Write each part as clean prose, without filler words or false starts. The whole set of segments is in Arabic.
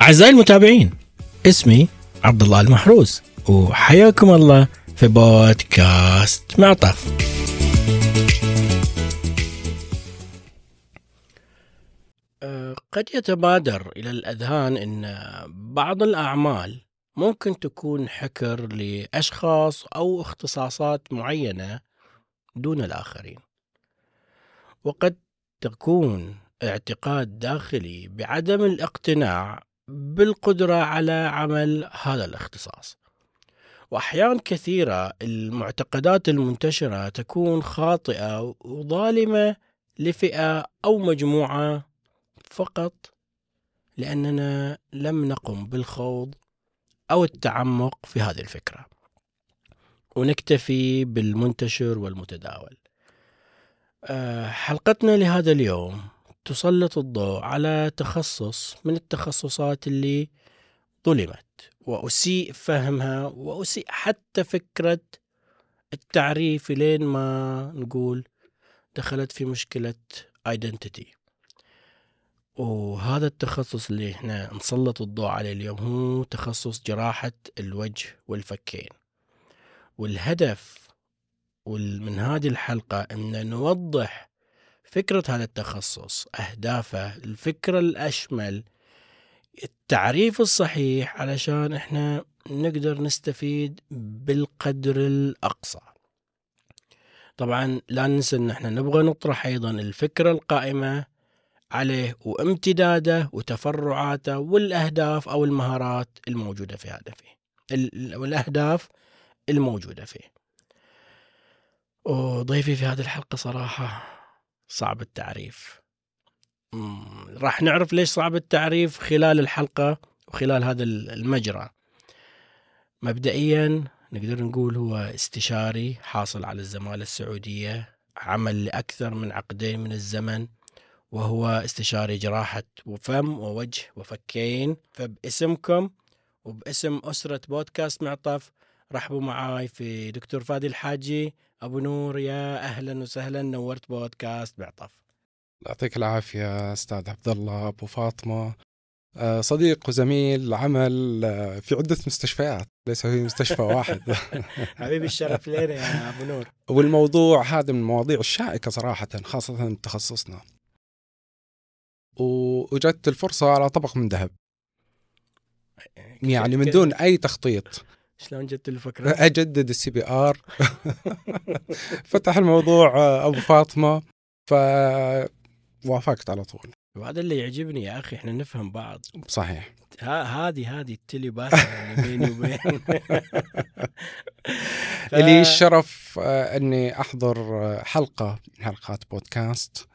أعزائي المتابعين، اسمي عبد الله المحروس، وحياكم الله في بودكاست معطف. قد يتبادر إلى الأذهان أن بعض الأعمال ممكن تكون حكر لأشخاص أو اختصاصات معينة دون الآخرين، وقد تكون اعتقاد داخلي بعدم الاقتناع بالقدرة على عمل هذا الاختصاص. وأحيان كثيرة المعتقدات المنتشرة تكون خاطئة وظالمة لفئة أو مجموعة فقط لأننا لم نقم بالخوض أو التعمق في هذه الفكرة، ونكتفي بالمنتشر والمتداول. حلقتنا لهذا اليوم تسلط الضوء على تخصص من التخصصات اللي ظلمت وأسيء فهمها وأسيء حتى فكرة التعريف، لين ما نقول دخلت في مشكلة identity. وهذا التخصص اللي احنا نسلط الضوء عليه اليوم هو تخصص جراحة الوجه والفكين. والهدف من هذه الحلقة أن نوضح فكرة هذا التخصص، أهدافه، الفكرة الأشمل، التعريف الصحيح، علشان احنا نقدر نستفيد بالقدر الأقصى. طبعا لا ننسى ان احنا نبغى نطرح ايضا الفكرة القائمة عليه وامتداده وتفرعاته والأهداف أو المهارات الموجودة في هدفه والأهداف الموجودة فيه. وضيفي في هذه الحلقة صراحة صعب التعريف. راح نعرف ليش صعب التعريف خلال الحلقة وخلال هذا المجرى. مبدئيا نقدر نقول هو استشاري حاصل على الزمالة السعودية، عمل لأكثر من عقدين من الزمن، وهو استشاري جراحة وفم ووجه وفكين. فباسمكم وباسم أسرة بودكاست معطف رحبوا معاي في دكتور فادي الحاجي. أبو نور، يا أهلا وسهلا، نورت بودكاست معطف. يعطيك العافية أستاذ عبد الله. أبو فاطمة صديق وزميل عمل في عدة مستشفيات، ليس في مستشفى واحد. حبيبي الشرف لنا يا أبو نور. والموضوع هذا من المواضيع الشائكة صراحة، خاصة بتخصصنا، وجدت الفرصة على طبق من ذهب، يعني من دون أي تخطيط. شلون جت الفكرة؟ أجدد CPR. فتح الموضوع أبو فاطمة، فوافقت على طول. وهذا اللي يعجبني يا أخي، إحنا نفهم بعض. صحيح. هذه التليباث اللي بيني وبين. لي الشرف أني أحضر حلقة من حلقات بودكاست،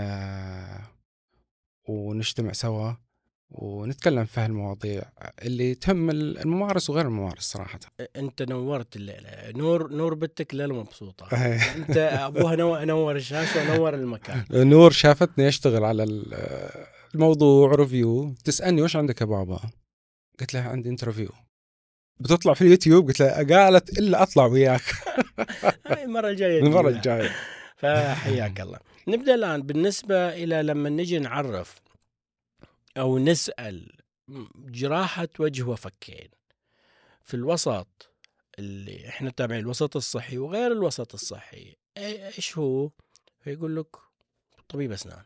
ونجتمع سوا ونتكلم في هالمواضيع اللي تهم الممارس وغير الممارس صراحة. أنت نورت الليلة. نور بنتك ليلة مبسوطة. أنت أبوها نور الشاشة ونور المكان. نور شافتني أشتغل على الموضوع ريفيو، تسألني وش عندك يا بابا؟ قلت لها عندي انترفيو بتطلع في اليوتيوب. قلت لها قالت إلا أطلع وياك. المرة الجاية. فحياك الله. نبدأ الآن بالنسبة إلى لما نجي نعرف أو نسأل جراحة وجه وفكين في الوسط اللي احنا تابعين، الوسط الصحي وغير الوسط الصحي، ايش هو؟ فيقول لك طبيب أسنان.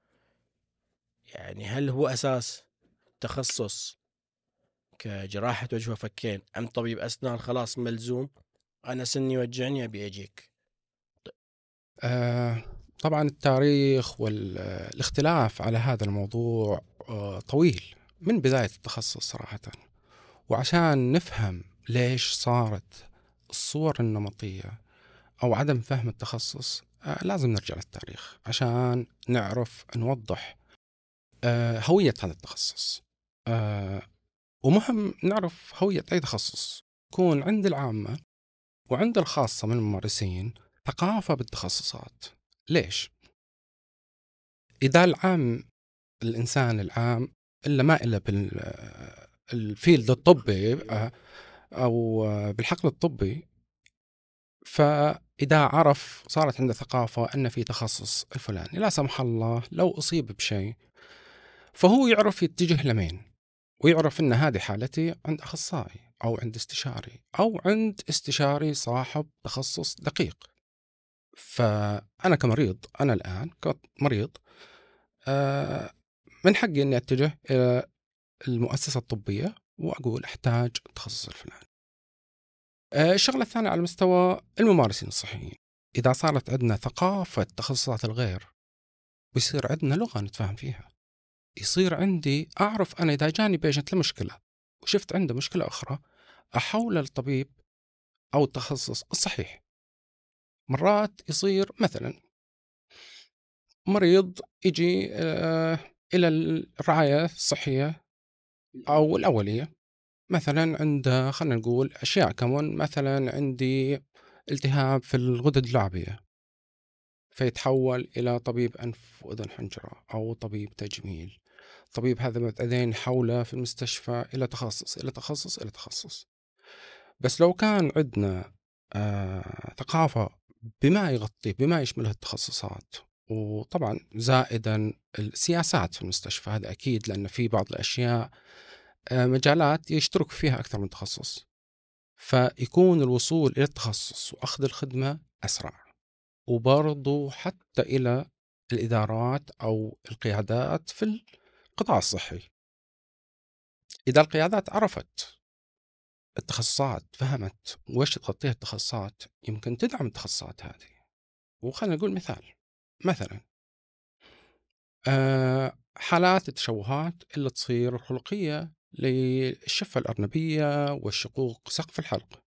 يعني هل هو أساس تخصص كجراحة وجه وفكين، أم طبيب أسنان خلاص ملزوم أنا سني وجعني أبي أجيك؟ طبعا التاريخ والاختلاف على هذا الموضوع طويل من بداية التخصص صراحة. وعشان نفهم ليش صارت الصور النمطية أو عدم فهم التخصص لازم نرجع للتاريخ عشان نعرف نوضح هوية هذا التخصص. ومهم نعرف هوية أي تخصص، يكون عند العامة وعند الخاصة من الممارسين ثقافة بالتخصصات. ليش؟ إذا العام، الإنسان العام إلا ما إلا بالفيلد الطبي أو بالحقل الطبي، فإذا عرف صارت عنده ثقافة أن في تخصص الفلاني، لا سمح الله لو أصيب بشيء فهو يعرف يتجه لمين. ويعرف ان هذه حالتي عند اخصائي او عند استشاري او عند استشاري صاحب تخصص دقيق. فانا كمريض، انا الان كمريض من حقي اني اتجه الى المؤسسه الطبيه واقول احتاج التخصص الفلاني. الشغله الثانيه على مستوى الممارسين الصحيين، اذا صارت عندنا ثقافه تخصصات الغير بيصير عندنا لغه نتفاهم فيها. يصير عندي اعرف انا اذا جاني بيشنت لمشكله وشفت عنده مشكله اخرى احول للطبيب او التخصص الصحيح. مرات يصير مثلا مريض يجي الى الرعايه الصحيه او الاوليه، مثلا عنده خلينا نقول اشياء كمان، مثلا عندي التهاب في الغدد اللعابيه، فيتحول الى طبيب انف واذن حنجره او طبيب تجميل. طبيب هذا بعدين حوله في المستشفى الى تخصص الى تخصص الى تخصص. بس لو كان عندنا ثقافه بما يغطي بما يشملها التخصصات، وطبعا زائدا السياسات في المستشفى، هذا اكيد، لان في بعض الاشياء مجالات يشترك فيها اكثر من تخصص، فيكون الوصول الى التخصص واخذ الخدمه اسرع. وبرضو حتى الى الادارات او القيادات في القطاع الصحي، اذا القيادات عرفت التخصصات، فهمت وش تغطيها التخصصات، يمكن تدعم التخصصات هذه. وخلنا نقول مثلا حالات التشوهات اللي تصير الخلقية للشفة الأرنبية والشقوق سقف الحلق،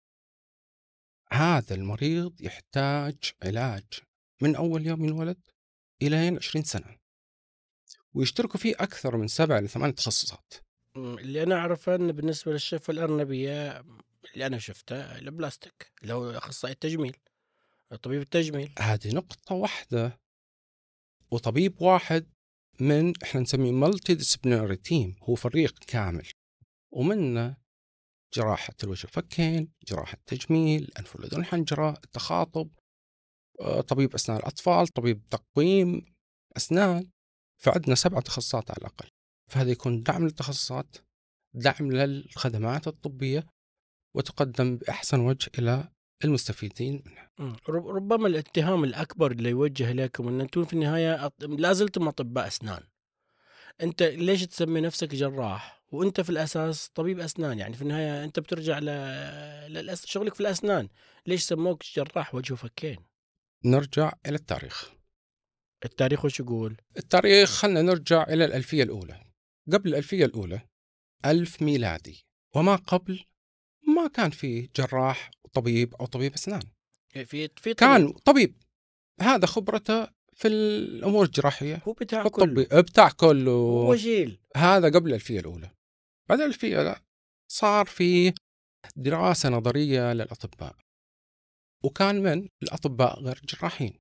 هذا المريض يحتاج علاج من أول يوم ينولد إلى 20 سنة، ويشتركوا فيه أكثر من 7 إلى 8 تخصصات. اللي أنا أعرفه أن بالنسبة للشفة الأرنبية اللي أنا شفته البلاستيك، اللي هو أخصائي التجميل، طبيب التجميل. هذه نقطة واحدة، وطبيب واحد من احنا نسميه مالتي ديسبلينري تيم، هو فريق كامل، ومنه جراحة الوجه والفكين، جراحة تجميل الأنف والأذن والحنجرة، التخاطب، طبيب أسنان الأطفال، طبيب تقويم أسنان. فعندنا 7 تخصصات على الأقل. فهذا يكون دعم للتخصصات، دعم للخدمات الطبية، وتقدم بأحسن وجه إلى المستفيدين منها. ربما الاتهام الأكبر اللي يوجه إليكم أن أنتم في النهاية لا زلتم أطباء أسنان. أنت ليش تسمي نفسك جراح وأنت في الأساس طبيب أسنان؟ يعني في النهاية أنت بترجع شغلك في الأسنان. ليش سموك جراح وجه وفكين؟ نرجع إلى التاريخ. التاريخ وش يقول؟ التاريخ خلنا نرجع إلى الألفية الأولى. قبل الألفية الأولى 1000 ميلادي وما قبل، ما كان في جراح وطبيب أو طبيب أسنان. في كان طبيب هذا خبرته في الأمور الجراحية، هو بتاع الطبي كله، بتاع كله، هو جيل. هذا قبل الألفية الأولى. بعد الألفية لا، صار في دراسة نظرية للأطباء، وكان من الأطباء غير جراحين،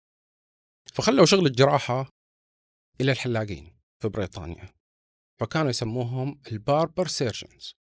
فخلوا شغل الجراحة إلى الحلاقين في بريطانيا، فكانوا يسموهم الباربر سيرجنز.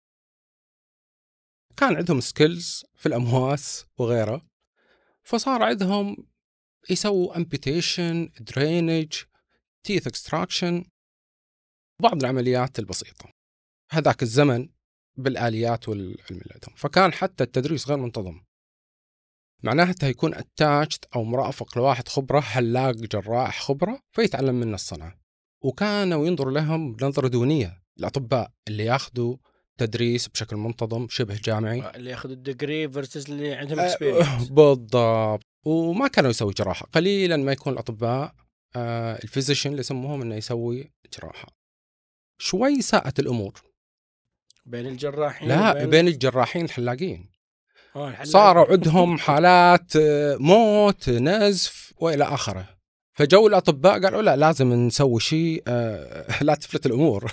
كان عندهم سكيلز في الأمواس وغيره، فصار عندهم يسووا امبيتيشن، درينج، تيث اكستراكشن، بعض العمليات البسيطة هذاك الزمن بالآليات والعلم عندهم. فكان حتى التدريس غير منتظم، معناته يكون اتاجت أو مرافق لواحد خبرة، حلاق جراح خبرة، فيتعلم منه الصنعة. وكانوا ينظروا لهم بنظرة دونية الأطباء اللي ياخذوا تدريس بشكل منتظم شبه جامعي، اللي ياخذ الديجري فيرسس اللي عندهم اكسبيرينس. بالضبط. وما كانوا يسوي جراحة، قليلا ما يكون الأطباء الفيزيشن اللي يسموهم انه يسوي جراحة. شوي ساءت الأمور بين الجراحين لا بين الجراحين الحلاقين. الحلاقين. صاروا عندهم حالات موت، نزف والى اخره، فجو الاطباء قالوا لا لازم نسوي شيء لا تفلت الامور.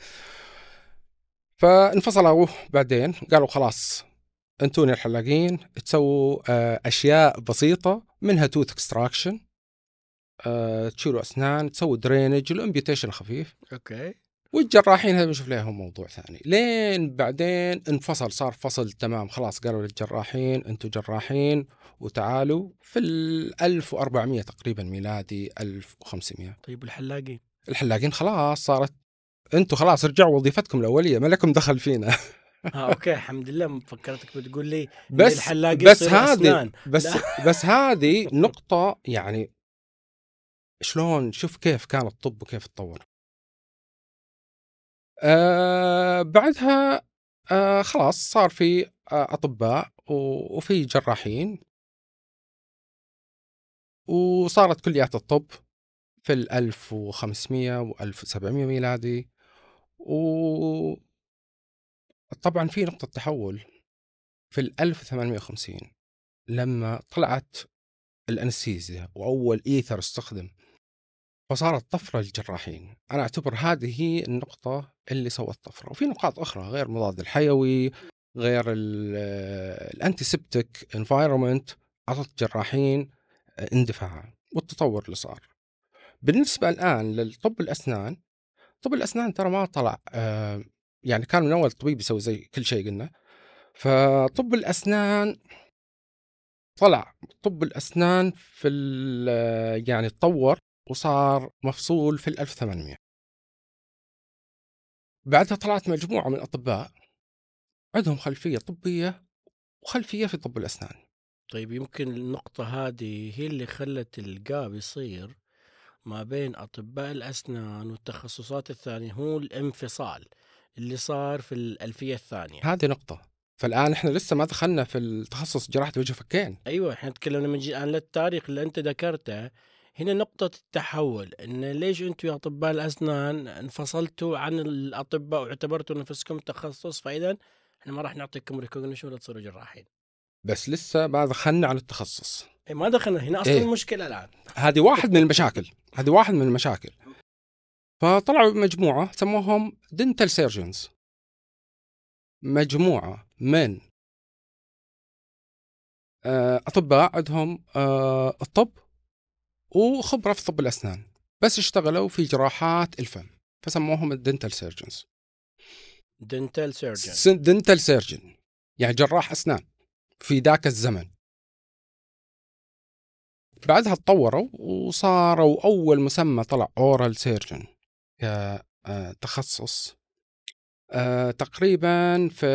فانفصلوا بعدين، قالوا خلاص انتوني الحلاقين تسووا اشياء بسيطه، منها توث اكستراكشن، تشيلوا اسنان، تسووا درينج، الامبيوتيشن خفيف. اوكي. والجراحين هذا بنشوف لهم موضوع ثاني. لين بعدين انفصل، صار فصل تمام، خلاص قالوا للجراحين انتم جراحين وتعالوا في 1400 تقريبا ميلادي 1500. طيب الحلاقين الحلاقين خلاص صارت انتم خلاص رجعوا وظيفتكم الاوليه، ما لكم دخل فينا. اوكي الحمد لله، فكرتك بتقول لي ان بس الحلاق بس يصير هذه اسنان. بس لا. بس هذه نقطه يعني، شلون شوف كيف كان الطب وكيف تطور. بعدها خلاص صار في اطباء وفي جراحين، وصارت كليات الطب في 1500 و1700 ميلادي. وطبعا في نقطة تحول في 1850 لما طلعت الأنستيزيا وأول إيثر استخدم، فصارت طفرة للجراحين. أنا أعتبر هذه هي النقطة اللي سوت طفرة. وفي نقاط أخرى غير مضاد الحيوي، غير الأنتيسبتيك انفايرومنت، أعطت الجراحين اندفاع والتطور اللي صار. بالنسبة الآن للطب الأسنان، طب الأسنان ترى ما طلع يعني كان من أول الطبيب يسوي زي كل شيء قلنا. فطب الأسنان طلع، طب الأسنان في يعني تطور وصار مفصول في 1800. بعدها طلعت مجموعة من الأطباء عندهم خلفية طبية وخلفية في طب الأسنان. طيب يمكن النقطة هذه هي اللي خلت الجاب يصير ما بين أطباء الأسنان والتخصصات الثانية، هو الانفصال اللي صار في الألفية الثانية. هذه نقطة. فالآن إحنا لسه ما دخلنا في التخصص جراحة وجه فكين. أيوة، احنا تكلمنا من الآن للتاريخ اللي أنت ذكرته. هنا نقطة التحول، إن ليش أنتم يا أطباء الأسنان انفصلتوا عن الأطباء واعتبرتوا نفسكم تخصص، فإذا احنا ما راح نعطيكم ريكوجنيشن ولا تصيروا جراحين. بس لسه ما دخلنا على التخصص. إيه، ما دخلنا هنا أصلا إيه، المشكلة الآن. هذه واحد من المشاكل، هذه واحد من المشاكل. فطلعوا مجموعة سموهم دنتال سيرجنز، مجموعة من أطباء عندهم الطب وخبرة في طب الأسنان، بس اشتغلوا في جراحات الفم، فسموهم الدنتال سيرجنز. دنتال سيرجن. دنتال سيرجن يعني جراح أسنان في ذاك الزمن. بعدها تطوروا وصاروا أول مسمى طلع أورال سيرجن كتخصص تقريبا في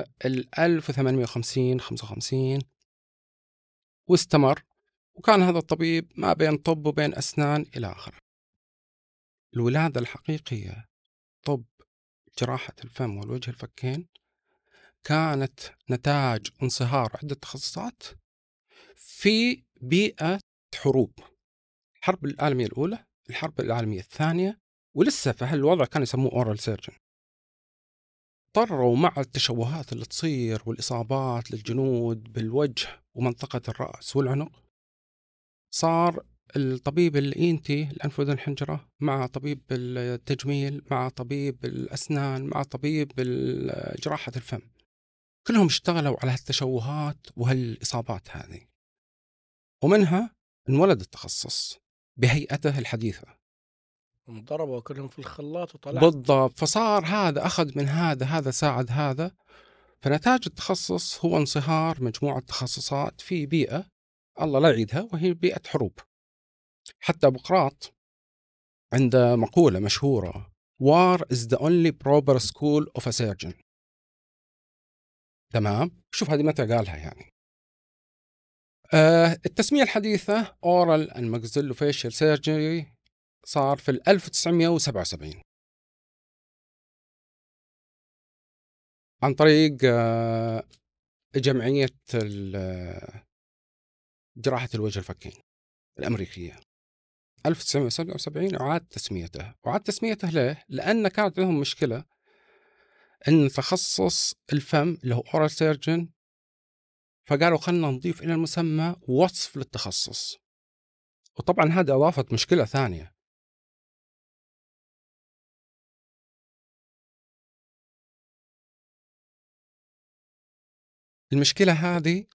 1850 55، واستمر. وكان هذا الطبيب ما بين طب وبين أسنان إلى آخره. الولادة الحقيقية طب جراحة الفم والوجه الفكين كانت نتاج انصهار عدة تخصصات في بيئة حروب. الحرب العالمية الأولى، الحرب العالمية الثانية، ولسه في هالوضع كان يسموه أورال سيرجن. اضطروا مع التشوهات اللي تصير والإصابات للجنود بالوجه ومنطقة الرأس والعنق، صار الطبيب الإنتي الأنف وأذن حنجرة مع طبيب التجميل مع طبيب الأسنان مع طبيب جراحة الفم، كلهم اشتغلوا على هالتشوهات وهالإصابات هذه، ومنها انولد التخصص بهيئته الحديثة. ضربوا كلهم في الخلاط وطلع. بالضبط. فصار هذا أخذ من هذا، هذا ساعد هذا. فنتاج التخصص هو انصهار مجموعة تخصصات في بيئة الله لا يعيدها، وهي بيئة حروب. حتى بقراط عنده مقولة مشهورة: War is the only proper school of a surgeon. تمام؟ شوف هذه متى قالها يعني. التسمية الحديثة Oral and Maxillofacial Surgery صار في 1977 عن طريق جمعية جراحة الوجه الفكين الأمريكية. 1977 أعاد تسميته. وعاد تسميته ليه؟ لأن كانت لهم مشكلة أن تخصص الفم اللي هو Oral Surgeon، فقالوا خلنا نضيف إلى المسمى وصف للتخصص. وطبعا هذا أضافت مشكلة ثانية. المشكلة هذه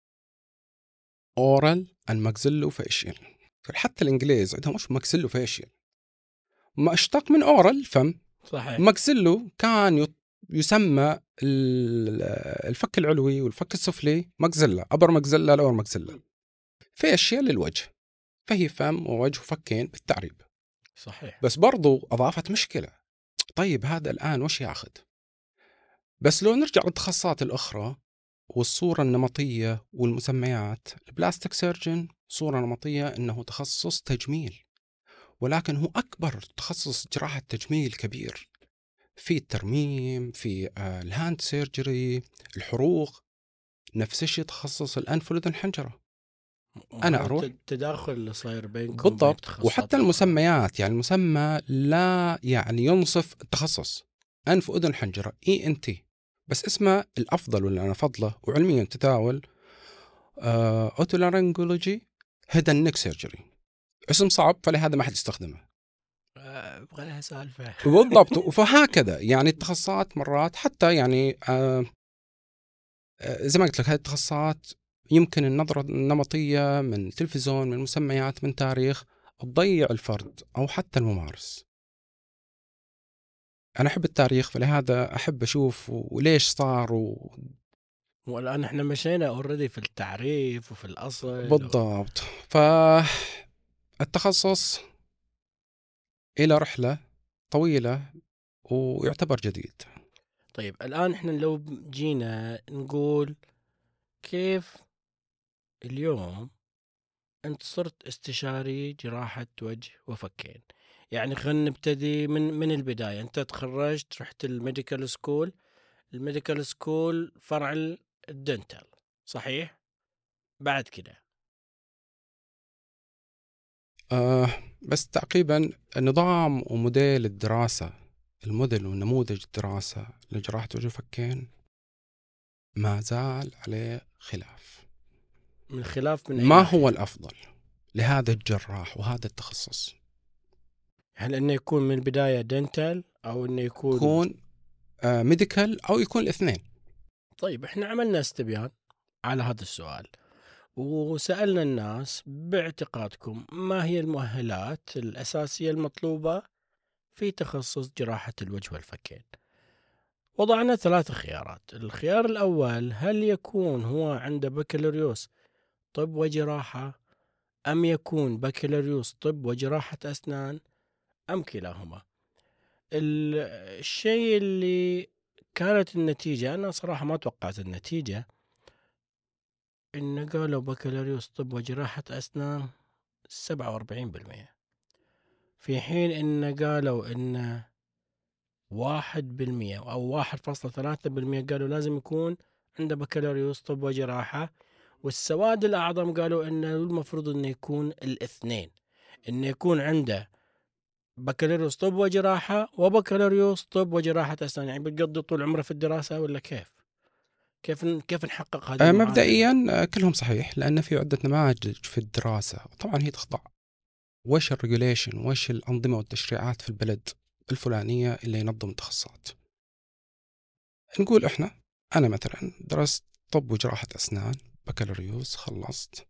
Oral and Maxillofacial، حتى الإنجليز عندهم مش Maxillofacial، ما اشتق من Oral فم. صحيح. ماكسيلو كان يسمى الفك العلوي والفك السفلي ماكسيلا، أبر ماكسيلا لور ماكسيلا، فيشيال للوجه، فهي فم ووجه وفكين بالتعريب. صحيح. بس برضو أضافت مشكلة. طيب هذا الآن وش ياخذ؟ بس لو نرجع للتخصصات الأخرى والصورة النمطية والمسميات، البلاستيك سيرجن صورة نمطية أنه تخصص تجميل، ولكن هو أكبر تخصص جراحة تجميل كبير، في الترميم، في الهاند سيرجري، الحروق. نفس الشيء تخصص الأنف والأذن الحنجرة. أنا وهذا أروح التداخل اللي صاير بينكم بين بالضبط. التخصصات وحتى الأخرى. المسميات، يعني المسمى لا يعني ينصف التخصص. أنف وأذن حنجرة ENT، بس اسمه الأفضل واللي أنا فضله وعلميا تداول أوتولارينجولوجي هيدن نيك سيرجري. اسم صعب فلهذا ما حد يستخدمه. يبغى لها سالفة. بالضبط. فهكذا يعني التخصصات مرات حتى يعني زي ما قلت لك، هذه التخصصات يمكن النظرة النمطية من تلفزيون، من مسميات، من تاريخ، تضيع الفرد أو حتى الممارس. أنا أحب التاريخ فلهذا أحب أشوف وليش صار والآن احنا مشينا اوريدي في التعريف وفي الأصل. بالضبط. فالتخصص إلى رحلة طويلة ويعتبر جديد. طيب الآن احنا لو جينا نقول كيف اليوم أنت صرت استشاري جراحة وجه وفكين. يعني خلينا نبتدي من البداية. أنت تخرجت، رحت الميديكال سكول. الميديكال سكول فرع الدنتال، صحيح؟ بعد كده بس تعقيبا نظام وموديل الدراسة، الموديل ونموذج الدراسة لجراحة وجه وفكين ما زال عليه خلاف. من خلاف من أي ما هو ناحية؟ الأفضل لهذا الجراح وهذا التخصص؟ هل إنه يكون من البداية دنتال أو إنه يكون؟ يكون ميديكال أو يكون الاثنين. طيب احنا عملنا استبيان على هذا السؤال، وسألنا الناس باعتقادكم ما هي المؤهلات الأساسية المطلوبة في تخصص جراحة الوجه والفكين. وضعنا 3 خيارات. الخيار الأول، هل يكون هو عنده بكالوريوس طب وجراحة، أم يكون بكالوريوس طب وجراحة أسنان، أم كلاهما. الشيء اللي كانت النتيجة، أنا صراحة ما توقعت النتيجة، إن قالوا بكالوريوس طب وجراحة أسنان 47%، في حين إن قالوا إن 1% أو 1.3% قالوا لازم يكون عنده بكالوريوس طب وجراحة. والسواد الأعظم قالوا إنه المفروض إنه يكون الاثنين، إنه يكون عنده بكالوريوس طب وجراحة وبكالوريوس طب وجراحة أسنان. يعني بيقضي طول عمره في الدراسة ولا كيف؟ كيف نحقق هذه المعادلة؟ مبدئيا كلهم صحيح، لأن في عدة نماذج في الدراسة. طبعا هي تخضع وش الريجوليشن، وش الأنظمة والتشريعات في البلد الفلانية اللي ينظم التخصصات. نقول أنا مثلا درست طب وجراحة أسنان، بكالوريوس خلصت.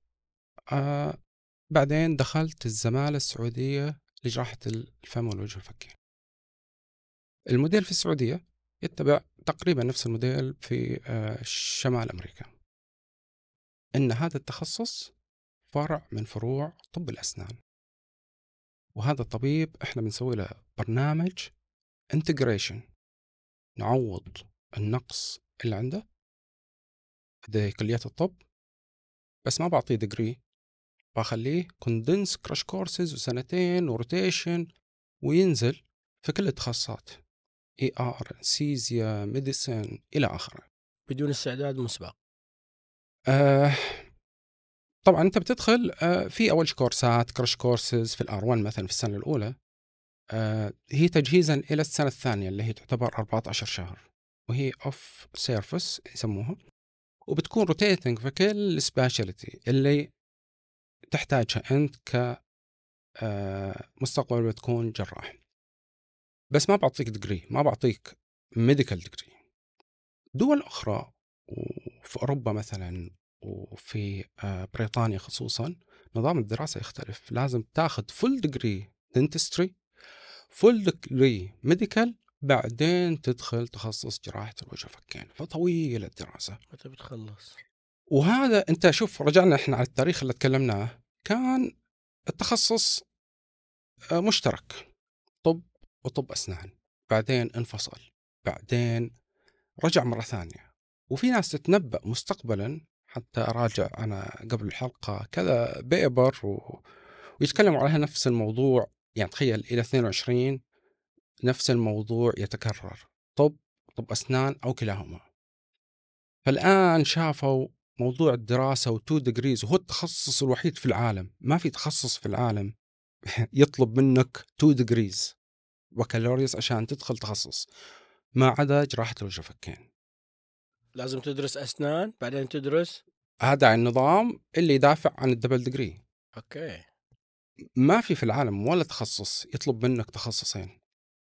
بعدين دخلت الزمالة السعودية لجراحة الفم والوجه والفكين. الموديل في السعودية يتبع تقريبا نفس الموديل في شمال أمريكا، إن هذا التخصص فرع من فروع طب الأسنان. وهذا الطبيب إحنا بنسوي له برنامج انتجريشن، نعوض النقص اللي عنده في كليات الطب، بس ما بعطيه ديجري، بخليه كوندنس كراش كورسز وسنتين وروتيشن، وينزل في كل التخصصات، اي ار، انستيزيا، ميديسن الى اخره. بدون استعداد مسبق. آه طبعا انت بتدخل في اول كورسات كراش كورسز في الار 1 مثلا في السنه الاولى، هي تجهيزا الى السنه الثانيه اللي هي تعتبر 14 شهر، وهي اوف سيرفس يسموها، وبتكون روتيتنج في كل سبيشاليتي اللي تحتاجها انت ك مستقبل بتكون جراح. بس ما بعطيك ديجري، ما بعطيك ميديكال ديجري. دول أخرى وفي أوروبا مثلا وفي بريطانيا خصوصا نظام الدراسة يختلف، لازم تاخذ فول ديجري دنتستري، فول ديجري ميديكال، بعدين تدخل تخصص جراحة الوجه والفكين، فطويلة الدراسة. متى بتخلص؟ وهذا أنت شوف، رجعنا إحنا على التاريخ اللي تكلمناه، كان التخصص مشترك، طب وطب أسنان. بعدين انفصل، بعدين رجع مرة ثانية. وفي ناس تتنبأ مستقبلا، حتى أراجع أنا قبل الحلقة كذا بيبر ويتكلموا على نفس الموضوع. يعني تخيل إلى 22 نفس الموضوع يتكرر، طب أسنان أو كلاهما. فالآن شافوا موضوع الدراسة و2 degrees، وهو التخصص الوحيد في العالم، ما في تخصص في العالم يطلب منك 2 degrees بكالوريوس عشان تدخل تخصص، ما عدا جراحة الوجه والفكين. لازم تدرس أسنان بعدين تدرس. هذا النظام اللي يدافع عن الدبل ديجري. أوكي. ما في العالم ولا تخصص يطلب منك تخصصين.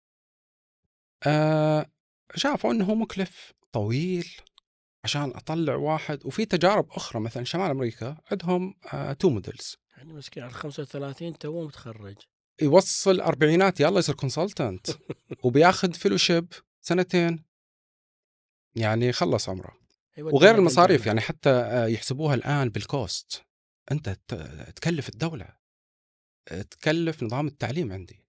شافوا أنه مكلف طويل عشان أطلع واحد. وفي تجارب أخرى، مثلا شمال أمريكا عندهم 2 موديلز. يعني مسكين على 35 تو متخرج، يوصل أربعينات يلا يصير كونسلتنت وبياخذ فيلوشيب 2 سنين، يعني خلص عمره. يودي وغير ولد المصاريف، الجامعة. يعني حتى يحسبوها الآن بالكوست. أنت تكلف الدولة، تكلف نظام التعليم عندي.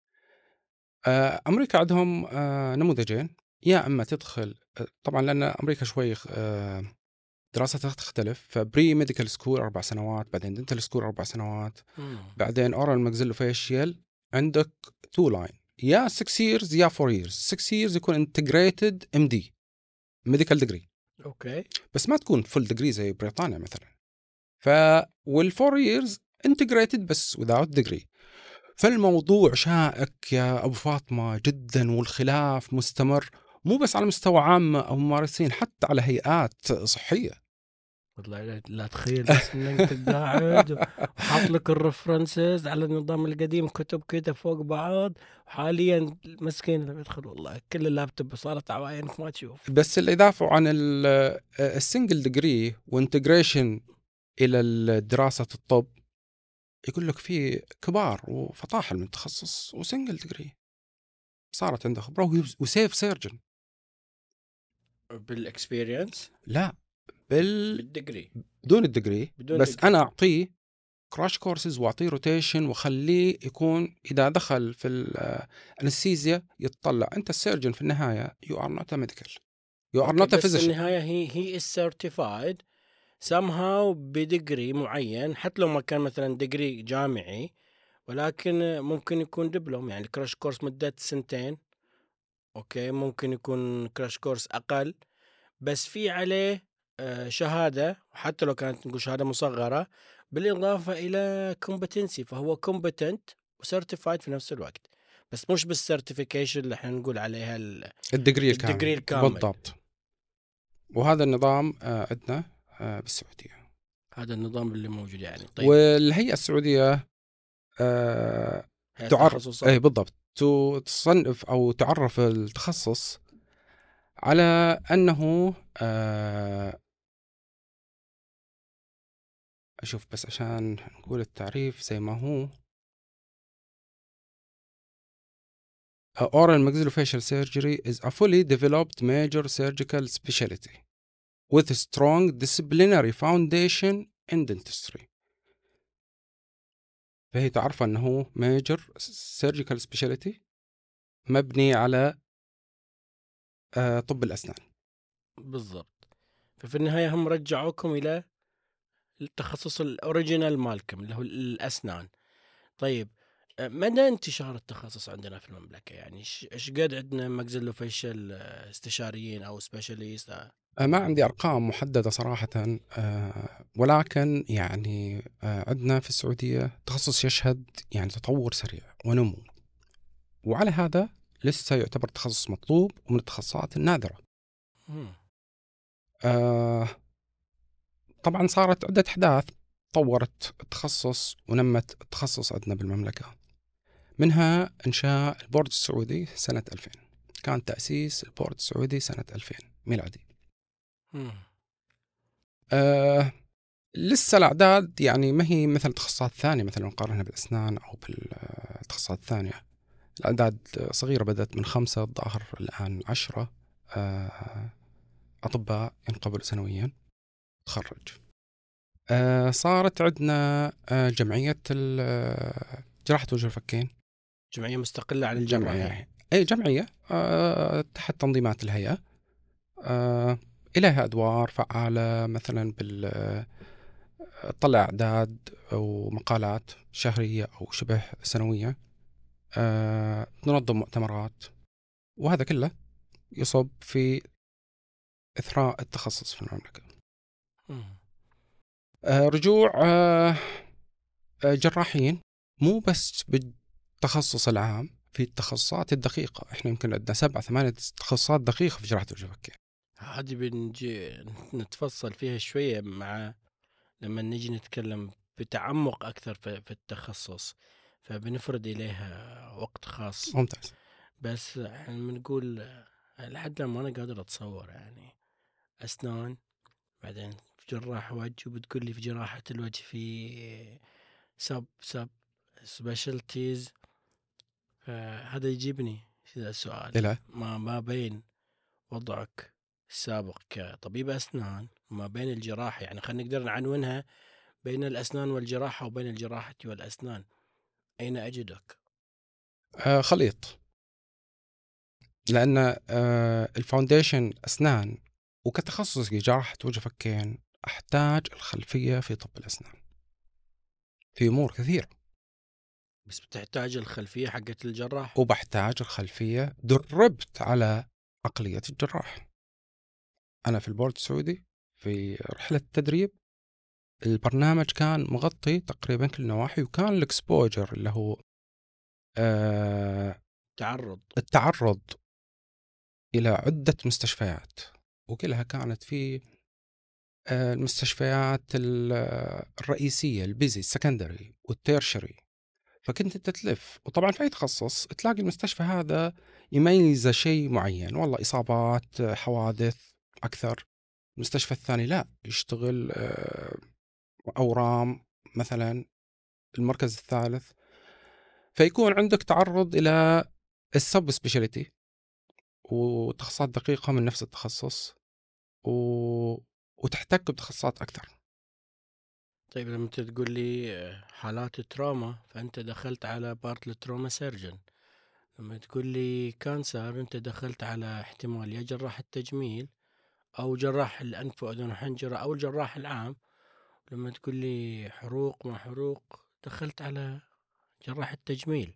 أمريكا عندهم نموذجين. يا إما تدخل طبعا لأن أمريكا شوي دراستها تختلف، فبري ميديكال سكول 4 سنوات، بعدين دنتال سكول 4 سنوات، بعدين أورال ماكسيلوفيشيال. عندك 2 لاين، يا 6 years يا 4 years. 6 years يكون انتجريتد ام دي ميديكال ديجري، أوكي. بس ما تكون فول ديجري زي بريطانيا مثلا. وال4 years انتجريتد بس without degree. فالموضوع شائك يا أبو فاطمة جدا، والخلاف مستمر، مو بس على مستوى عامة أو ممارسين، حتى على هيئات صحية. والله لا تخيل بس انك انت قاعد وحاط لك الرفرنسز على النظام القديم، كتب كده فوق بعض، وحاليا مسكين اللي بيدخل والله كل اللابتوب صارت عواينك ما تشوف. بس اللي يدافعوا عن السنجل ديجري وانتجريشن إلى دراسة الطب يقول لك في كبار وفطاحل من تخصص وسنجل ديجري صارت عنده خبرة وسيف سيرجن. بالاكسبيرينس. لا، بالدقري. بدون الديجري، بدون بس دقري. أنا أعطيه كراش كورسز واعطيه روتيشن واخليه يكون اذا دخل في الانستيزيا يتطلع. انت السيرجن في النهايه يو ار نوت ا ميديكال، يو ار اوكي، نوت ا بس في فيزيشن. النهايه هي از سيرتيفايد somehow بدقري معين، حتى لو ما كان مثلا دقري جامعي، ولكن ممكن يكون دبلوم، يعني كراش كورس مدة 2 سنين. اوكي، ممكن يكون كراش كورس اقل، بس في عليه شهادة، حتى لو كانت نقول شهادة مصغرة، بالإضافة إلى competency، فهو competent وسيرتيفايد في نفس الوقت، بس مش بالسيرتيفيكيشن اللي احنا نقول عليها الديجري الديجري الكامل الكامل. بالضبط. وهذا النظام عندنا بالسعوديه. هذا النظام اللي موجود يعني. طيب، والهيئه السعوديه هي تعرف التخصصات. اي بالضبط تصنف او تعرف التخصص على انه اشوف بس عشان نقول التعريف زي ما هو. Oral maxillofacial surgery is a fully developed major surgical specialty with a strong disciplinary foundation in dentistry. فهي تعرف أنه major surgical specialty مبني على طب الأسنان. بالضبط. ففي النهاية هم رجعوكم إلى التخصص الأوريجينال مالكم اللي هو الأسنان. طيب، مدى انتشار التخصص عندنا في المملكة؟ يعني ايش قد عندنا ماكسيلوفيشل استشاريين او سبيشاليست؟ ما عندي أرقام محددة صراحة، ولكن يعني عندنا في السعودية تخصص يشهد يعني تطور سريع ونمو، وعلى هذا لسه يعتبر تخصص مطلوب ومن التخصصات النادرة. آه، طبعا صارت عدة أحداث طورت التخصص ونمت التخصص عندنا بالمملكة. منها إنشاء البورد السعودي سنة 2000. كان تأسيس البورد السعودي سنة 2000 ميلادي. لسه الأعداد يعني ما هي مثل التخصصات الثانية، مثلا نقارنها بالأسنان أو بالتخصصات الثانية. الأعداد صغيرة، بدأت من 5 الظاهر الآن 10 أطباء ينقبلوا سنويا تخرج. صارت عندنا جمعية جراحة وجه الفكين، جمعية مستقلة عن الجراحين. الجمعية أي جمعية تحت تنظيمات الهيئة، إليها أدوار فعالة، مثلا تطلع أعداد أو مقالات شهرية أو شبه سنوية، تنظم مؤتمرات، وهذا كله يصب في إثراء التخصص في المملكة. مم. رجوع جراحين، مو بس بالتخصص العام، في التخصصات الدقيقة. احنا يمكن عندنا 7-8 تخصصات دقيقة في جراحة الوجه والفكين. هذه بنجي نتفصل فيها شوية لما نجي نتكلم بتعمق أكثر في التخصص، فبنفرد إليها وقت خاص. ممتاز. بس احنا بنقول لحد لما أنا قادر أتصور يعني أسنان، بعدين في جراح وجه، وبتقول لي في جراحة الوجه في سب سبيشالتيز. فهذا يجيبني إذا السؤال إلى ما بين وضعك السابق كطبيب أسنان وما بين الجراحة، يعني خلينا نقدر نعنونها بين الأسنان والجراحة وبين الجراحة والأسنان، أين أجدك؟ خليط، لأن الفاونديشن أسنان، وكتخصصي جراحة وجه فكين أحتاج الخلفية في طب الأسنان في أمور كثيرة، بس بتحتاج الخلفية حقت الجراح. وبحتاج الخلفية. دربت على عقلية الجراح. أنا في البورد السعودي في رحلة تدريب، البرنامج كان مغطي تقريبا كل النواحي، وكان الاكسبوجر اللي هو التعرض إلى عدة مستشفيات، وكلها كانت في المستشفيات الرئيسية، البيزي، السكندري والتيرشري. فكنت انت تلف، وطبعا في اي تخصص تلاقي المستشفى هذا يميز شيء معين، والله اصابات، حوادث اكثر. المستشفى الثاني لا، يشتغل اورام مثلا. المركز الثالث، فيكون عندك تعرض الى السب سبيشاليتي وتخصصات دقيقة من نفس التخصص، و... وتحتك بتخصصات اكثر. طيب لما انت تقول لي حالات تروما، فانت دخلت على بارت التروما سيرجن. لما تقول لي كانسر، انت دخلت على احتمال يا جراح التجميل او جراح الانف واذن وحنجره او الجراح العام. لما تقول لي حروق ما حروق، دخلت على جراح التجميل.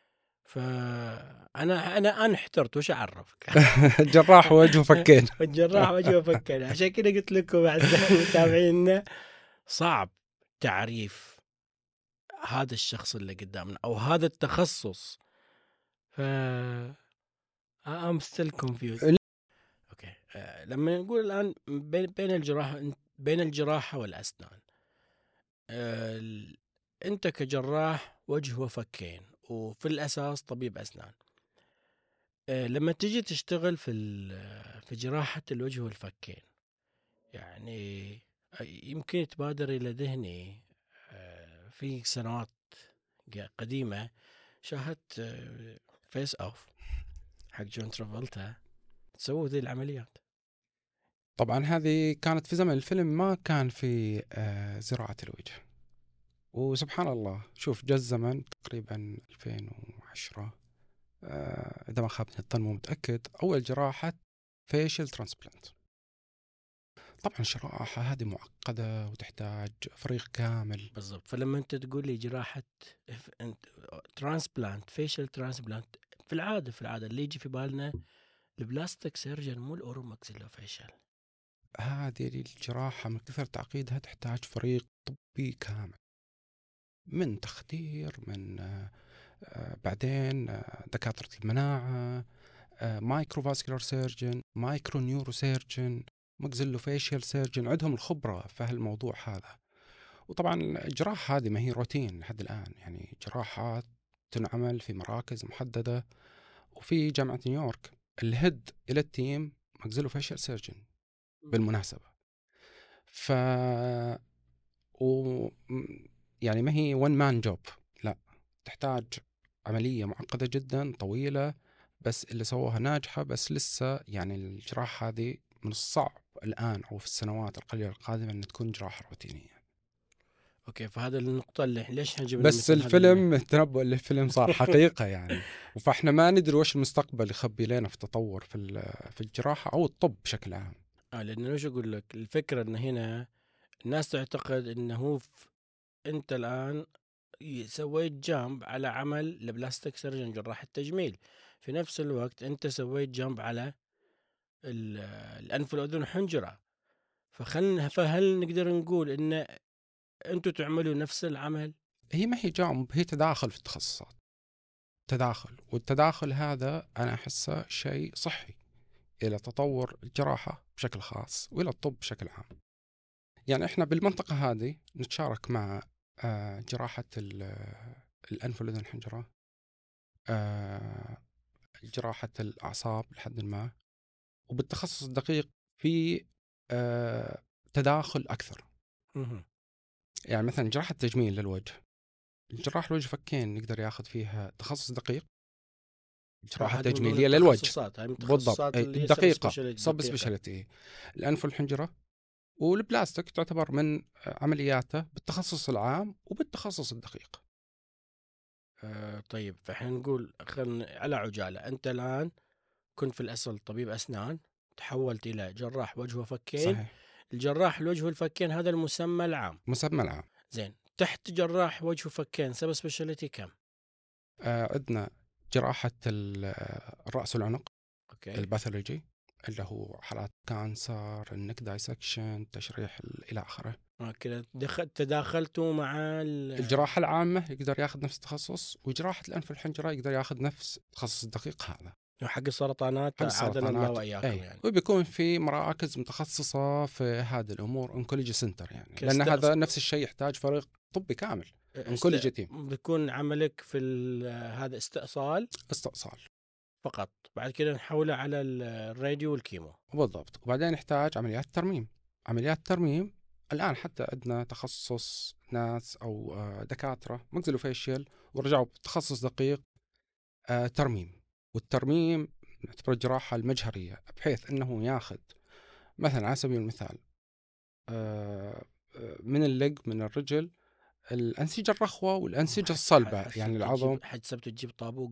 فانا احترت وش اعرفك. جراح وجه وفكين. الجراح وجهه فكر، عشان كده قلت لكم اعزائي المتابعين صعب تعريف هذا الشخص اللي قدامنا او هذا التخصص. ف I'm still confused. اوكي. لما نقول الان بين الجراحة والاسنان، آه، انت كجراح وجه وفكين وفي الاساس طبيب اسنان، لما تيجي تشتغل في جراحة الوجه والفكين، يعني يمكن يتبادر إلى ذهني في سنوات قديمة شاهدت فيس أوف حق جون ترافولتا سووا ذي العمليات. طبعا هذه كانت في زمن الفيلم، ما كان في زراعة الوجه. وسبحان الله، شوف جاء الزمن تقريبا 2010، إذا ما خابني الظن مو متأكد، أول جراحة فيشل ترانسبلانت. طبعا الجراحة هذه معقدة وتحتاج فريق كامل. بالضبط. فلما أنت تقول لي جراحة ترانسبلانت، فيشل ترانسبلانت، في العادة اللي يجي في بالنا البلاستيك سيرجن، مو الأوروماكسيلوفيشل. هذه الجراحة من كثر تعقيدها تحتاج فريق طبي كامل، من تخدير، من بعدين دكاترة المناعة، مايكرو فاسكولار سيرجن، مايكرو نيورو سيرجن، ماكسيلو فيشيال سيرجن، عندهم الخبرة في هالموضوع هذا. وطبعا الجراحة هذه ما هي روتين لحد الآن، يعني جراحات تنعمل في مراكز محددة. وفي جامعة نيويورك الهيد إلى التيم ماكسيلو فيشيال سيرجن بالمناسبة. ف و يعني ما هي وان مان جوب، لا، تحتاج عملية معقدة جدا طويلة، بس اللي سووها ناجحة. بس لسه يعني الجراحة هذه من الصعب الآن أو في السنوات القليلة القادمة أن تكون جراحة روتينية. اوكي، فهذا النقطة اللي ليش احنا جبنا بس مثل هذا الفيلم تنبؤ للفيلم صار حقيقة يعني. فاحنا ما ندري وش المستقبل يخبي لنا في تطور في الجراحة أو الطب بشكل عام. لانه ايش اقول لك، الفكرة ان هنا الناس تعتقد انه انت الان سويت جامب على عمل البلاستيك سيرجن، جراح التجميل، في نفس الوقت انت سويت جامب على الانف والاذن والحنجرة. فهل نقدر نقول ان انتم تعملوا نفس العمل؟ هي ما هي جامب، هي تداخل في التخصصات، تداخل، والتداخل هذا أنا أحسه شيء صحي إلى تطور الجراحة بشكل خاص وإلى الطب بشكل عام. يعني إحنا بالمنطقة هذه نتشارك مع جراحة الأنف والأذن والحنجرة، جراحة الأعصاب لحد ما، وبالتخصص الدقيق في تداخل أكثر. مهم. يعني مثلا جراحة تجميل للوجه، الجراح الوجه فكين يقدر ياخذ فيها تخصص دقيق، جراحة هذه من ضمن تجميلية للوجه. التخصصات، هاي من بالضبط، التخصصات أي اللي هي الدقيقة سب دقيقة. سبيشاليتي. الأنف والحنجرة والبلاستيك تعتبر من عملياته بالتخصص العام وبالتخصص الدقيق. طيب، فاحنا نقول خلينا على عجالة، انت الان كنت في الاصل طبيب اسنان، تحولت الى جراح وجه وفكين. صحيح، الجراح الوجه والفكين هذا المسمى العام. مسمى العام. زين، تحت جراح وجه وفكين سب سبيشاليتي كم؟ عندنا جراحة الرأس والعنق، اوكي. الباثولوجي اللي هو حالات كانسر، النك دايسكشن، تشريح إلى آخره. كذا تداخلتوا مع الجراحة العامة يقدر ياخذ نفس التخصص، وجراحة الأنف والحنجرة يقدر ياخذ نفس التخصص الدقيق هذا حق السرطانات، حق عادنا الله السرطانات. واياكم أي، يعني. وبيكون في مراكز متخصصة في هذه الأمور، أونكولوجي سنتر يعني، لأن كاست... هذا نفس الشيء يحتاج فريق طبي كامل، أونكولوجي تيم. بيكون عملك في هذا استئصال استئصال فقط، بعد كده نحوله على الراديو والكيمو. بالضبط. وبعدين يحتاج عمليات ترميم. عمليات ترميم الآن حتى عندنا تخصص ناس أو دكاترة ماكسيلوفيشيال ورجعوا بتخصص دقيق ترميم. والترميم نعتبر الجراحة المجهرية، بحيث أنه ياخذ مثلا على سبيل المثال من اللق، من الرجل، الأنسجة الرخوة والأنسجة الصلبة يعني العظم. حسبت تجيب طابوق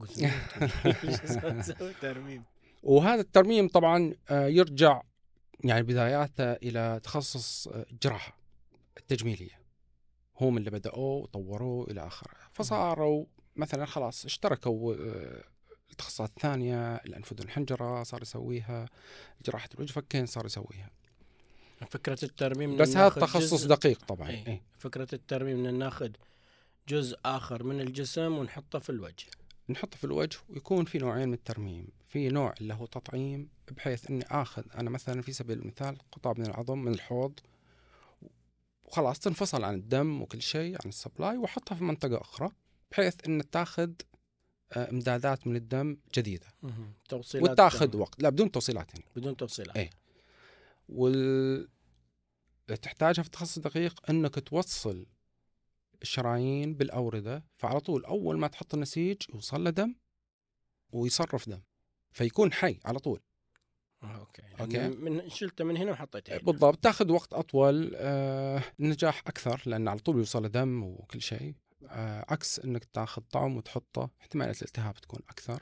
ترميم. وهذا الترميم طبعا يرجع يعني بداياته إلى تخصص الجراحة التجميلية، هم اللي بدأوه وطوروه إلى آخره، فصاروا مثلا خلاص اشتركوا التخصصات الثانية، الأنف والأذن والحنجرة صار يسويها، جراحة الوجه فكين صار يسويها. فكرة الترميم بس هذا تخصص دقيق طبعا. أي. فكرة الترميم ان ناخذ جزء آخر من الجسم ونحطه في الوجه. نحطه في الوجه، ويكون في نوعين من الترميم. في نوع اللي هو تطعيم، بحيث اني اخذ انا مثلا في سبيل المثال قطع من العظم من الحوض وخلاص تنفصل عن الدم وكل شيء عن السبلاي، واحطها في منطقة اخرى بحيث ان تاخذ امدادات من الدم جديدة توصيلات وتاخذ وقت. لا، بدون توصيلات هنا. بدون توصيلات. اي. تحتاجها في التخصص الدقيق انك توصل الشرايين بالأوردة، فعلى طول أول ما تحط النسيج يوصل له دم ويصرف دم، فيكون حي على طول. اوكي. أوكي. من شلته من هنا وحطيته هنا. بالضبط، تاخذ وقت أطول، النجاح أكثر لأن على طول يوصل له دم وكل شيء، عكس إنك تاخذ طعم وتحطه، احتمالية الالتهاب تكون أكثر،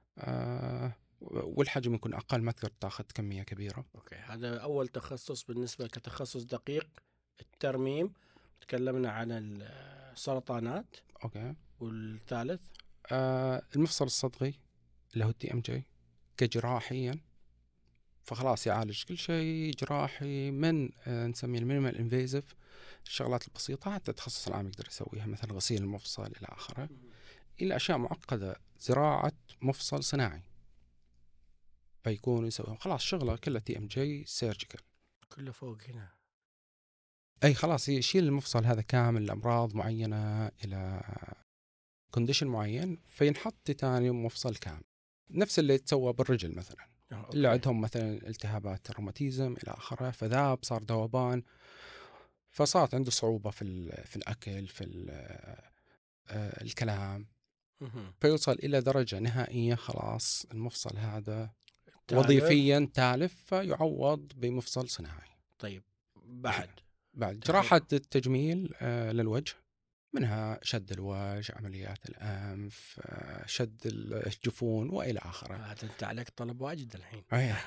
والحجم يكون أقل، ما تقدر تاخذ كمية كبيرة. اوكي، هذا أول تخصص بالنسبة كتخصص دقيق، الترميم. تكلمنا عن السرطانات. أوكي. والثالث المفصل الصدغي اللي هو TMJ كجراحيا، فخلاص يعالج كل شيء جراحي، من نسميه المينيمال انفيزيف، الشغلات البسيطة حتى التخصص العام يقدر يسويها، مثل غسيل المفصل إلى آخره، إلى أشياء معقدة، زراعة مفصل صناعي، فيكون يسوي خلاص شغله كله TMJ سيرجيكال، كله فوق هنا. أي خلاص يشيل المفصل هذا كامل لأمراض معينة إلى كونديشن معين، فينحط تيتانيوم مفصل كامل، نفس اللي تسوى بالرجل مثلا. اللي عندهم مثلا التهابات الروماتيزم إلى آخره، فذاب صار ذوبان، فصارت عنده صعوبة في الأكل، في الكلام، فيوصل إلى درجة نهائية خلاص المفصل هذا وظيفيا تالف، فيعوض بمفصل صناعي. طيب، بعد بعد جراحة التجميل للوجه، منها شد الوجه، عمليات الأنف، شد الجفون وإلى آخره. هذا انت عليك طلب واجد الحين.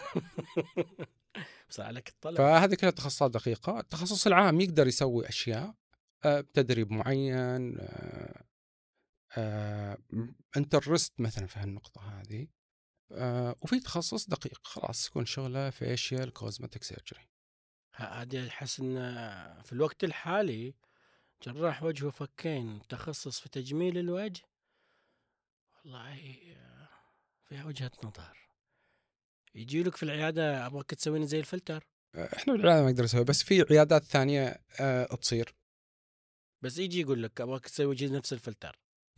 بس عليك الطلب. فهذه كلها تخصصات دقيقة. التخصص العام يقدر يسوي أشياء بتدريب معين، انترست مثلا في هالنقطة هذه. وفي تخصص دقيق خلاص يكون شغله فيشيال كوزمتيك سيرجري. هذه احس ان في الوقت الحالي جراح وجه وفكين تخصص في تجميل الوجه، والله فيها وجهة نظر. يجي لك في العيادة ابغاك تسويني زي الفلتر، احنا بالعيادة ما نقدر نسوي، بس في عيادات ثانية تصير. بس يجي يقول لك ابغاك تسوي وجهي نفس الفلتر.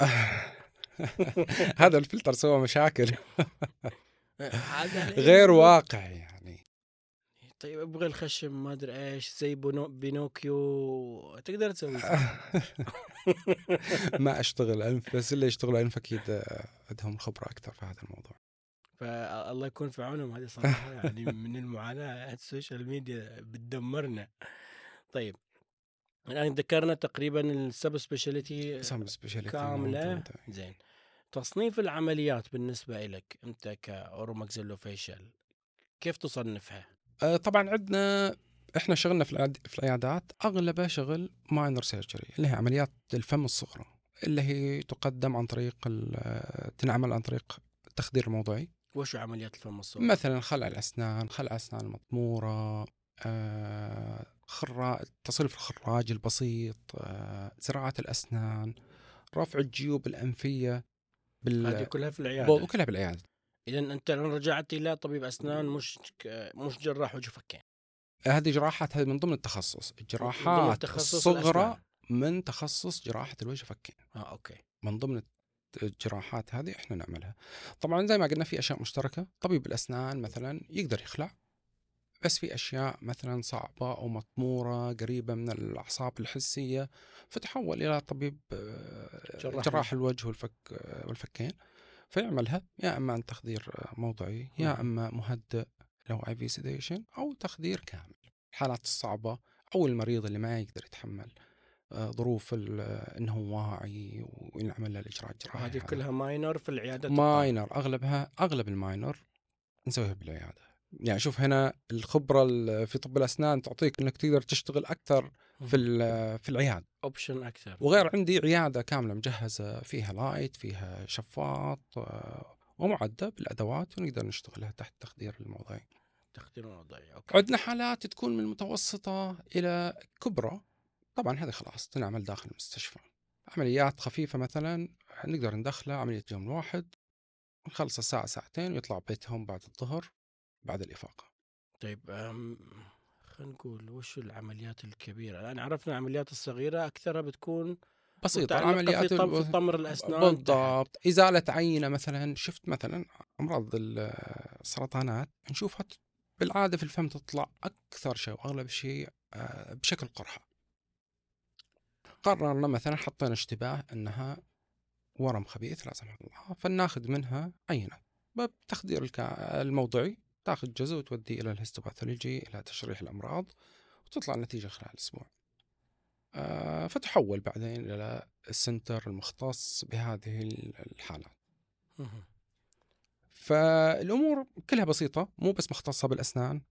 هذا الفلتر سوى مشاكل هذا غير واقع يعني. طيب ابغى الخشم ما ادري ايش زي بينوكيو تقدر تسوي زي. ما اشتغل انف، بس اللي يشتغل انف اكيد عندهم خبرة اكثر في هذا الموضوع. فالله يكون في عونهم. هذه صراحة يعني من المعاناة، السوشيال ميديا بتدمرنا. طيب الآن ذكرنا تقريبا السب سبيشاليتي كاملة. زين، تصنيف العمليات بالنسبة لك أنت كأوروماكسيلوفيشال كيف تصنفها؟ طبعا عندنا احنا شغلنا في العيادات اغلبها شغل ماينر سيرجري، اللي هي عمليات الفم الصغرى، اللي هي تقدم عن طريق تنعمل عن طريق التخدير الموضعي. وشو عمليات الفم الصغرى؟ مثلا خلع الاسنان، خلع اسنان المطموره، تصريف الخراج البسيط، زراعه الاسنان، رفع الجيوب الانفيه هذه كلها في العيادة؟ كلها بالعياده. إذا أنت لو رجعت إلى طبيب أسنان مش جراح وجه فكين. هذه جراحات، هذه من ضمن التخصص، الجراحات الصغرى من تخصص جراحة الوجه فكين. أوكي. من ضمن الجراحات هذه احنا نعملها. طبعا زي ما قلنا في اشياء مشتركة. طبيب الاسنان مثلا يقدر يخلع، بس في اشياء مثلا صعبة او مطمورة قريبة من الاعصاب الحسية، فتحول الى طبيب جراح الوجه والفكين، فيعملها يا اما عن تخدير موضعي، يا اما مهدئ لو اي في سيديشن، او تخدير كامل الحالات الصعبة، او المريض اللي ما يقدر يتحمل ظروف انه واعي وينعمل له الاجراء الجراحي. هذه كلها ماينر في العيادة. ماينر اغلب الماينر نسويها بالعياده. يعني شوف هنا الخبره في طب الاسنان تعطيك انك تقدر تشتغل اكثر في العياده، اوبشن اكثر. وغير عندي عياده كامله مجهزه فيها لايت، فيها شفاط ومعدة بالادوات، ونقدر نشتغلها تحت تخدير الموضعي. تخدير الموضعي. أوكي. عندنا حالات تكون من متوسطه الى كبرى، طبعا هذه خلاص تنعمل داخل المستشفى. عمليات خفيفه مثلا نقدر ندخله عمليه يوم واحد، نخلص الساعه ساعتين ويطلع بيتهم بعد الظهر بعد الافاقه. طيب خلينا نقول وش العمليات الكبيره؟ الان عرفنا العمليات الصغيره اكثرها بتكون بسيطة. العمليات في طمر الأسنان بالضبط تحت. إزالة عينة مثلا، شفت مثلا أمراض السرطانات نشوفها بالعادة في الفم تطلع أكثر شيء وأغلب شيء بشكل قرحة. قررنا مثلا حطينا اشتباه أنها ورم خبيث لا سمح الله، فناخذ منها عينة بتخدير الموضعي، تاخذ جزء وتوديه إلى الهيستوباثولوجي إلى تشريح الأمراض، وتطلع النتيجة خلال أسبوع. فتحول بعدين إلى السنتر المختص بهذه الحالات. فالأمور كلها بسيطة، مو بس مختصة بالأسنان،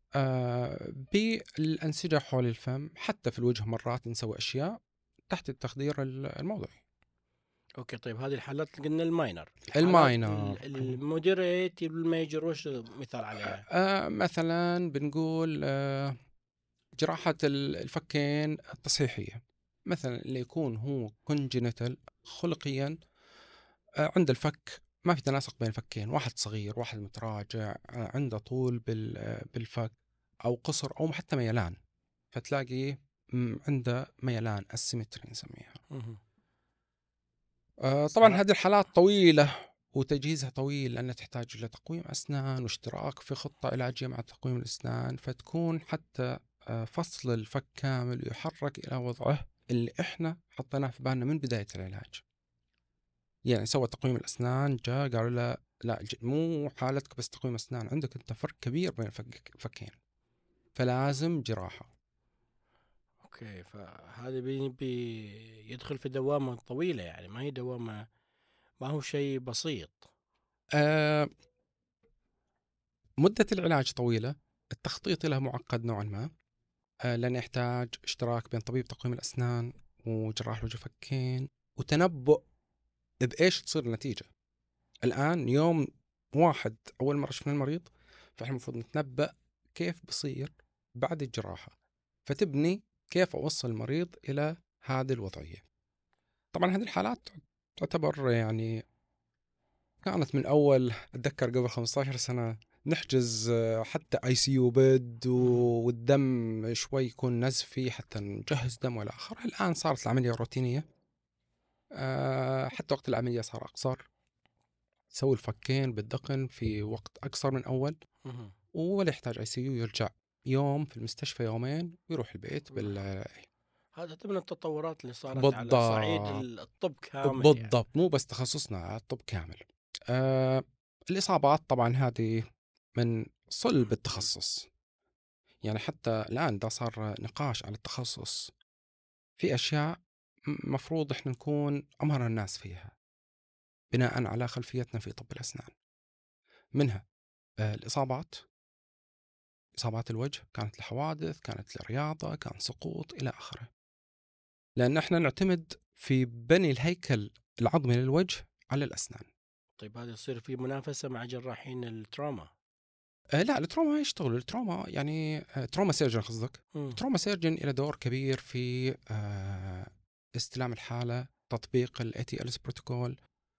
بالأنسجة حول الفم، حتى في الوجه مرات نسوي أشياء تحت التخدير الموضعي. اوكي. طيب هذه الحالات قلنا الماينر. المودريت الميجر وش مثال عليها؟ مثلا بنقول جراحة الفكين التصحيحية، مثلا اللي يكون هو كونجنتال خلقيا، عند الفك ما في تناسق بين الفكين، واحد صغير واحد متراجع، عنده طول بالفك أو قصر أو حتى ميلان، فتلاقي عنده ميلان السيمتري نسميها. طبعا هذه الحالات طويلة وتجهيزها طويل، لأنها تحتاج إلى تقويم أسنان واشتراك في خطة علاجية مع تقويم الأسنان، فتكون حتى فصل الفك كامل يحرك إلى وضعه اللي إحنا حطيناه في بالنا من بداية العلاج. يعني سوى تقويم الأسنان، جاء قالوا له لا مو حالتك بس تقويم أسنان، عندك أنت فرق كبير بين الفكين، فلازم جراحة. اوكي، فهذا يدخل في دوامة طويلة، يعني ما هي دوامة، ما هو شيء بسيط. آه مدة العلاج طويلة، التخطيط له معقد نوعا ما، لأنه يحتاج اشتراك بين طبيب تقويم الأسنان وجراح الوجه والفكين، وتنبؤ بإيش تصير النتيجة. الآن يوم واحد أول مرة شفنا المريض، فإحنا المفروض نتنبأ كيف بصير بعد الجراحة، فتبني كيف أوصل المريض إلى هذه الوضعية. طبعا هذه الحالات تعتبر يعني كانت من أول، أتذكر قبل 15 سنة نحجز حتى اي سي يو بيد، والدم شوي يكون نزفي حتى نجهز دم والى اخره. الان صارت العمليه روتينيه، حتى وقت العمليه صار اقصر، تسوي الفكين بالدقن في وقت اقصر من اول، مهم. ولا يحتاج اي سي يو، يرجع يوم في المستشفى يومين ويروح البيت هذا ضمن التطورات اللي صارت على صعيد بالضبط. الطب كامل يعني. بالضبط، مو بس تخصصنا، الطب كامل. آه الإصابات طبعا هذه من صلب التخصص. يعني حتى الآن ده صار نقاش على التخصص، في أشياء مفروض إحنا نكون أمهر الناس فيها بناء على خلفيتنا في طب الأسنان. منها الإصابات، إصابات الوجه، كانت لحوادث، كانت لرياضة، كان سقوط إلى آخره. لأن إحنا نعتمد في بني الهيكل العظمي للوجه على الأسنان. طيب هذا يصير في منافسة مع جراحين التراما؟ لا، التروما ما يشتغل. التروما يعني تروما سيرجن قصدك. مم. التروما سيرجن له دور كبير في استلام الحالة، تطبيق ال ATLS بروتوكول،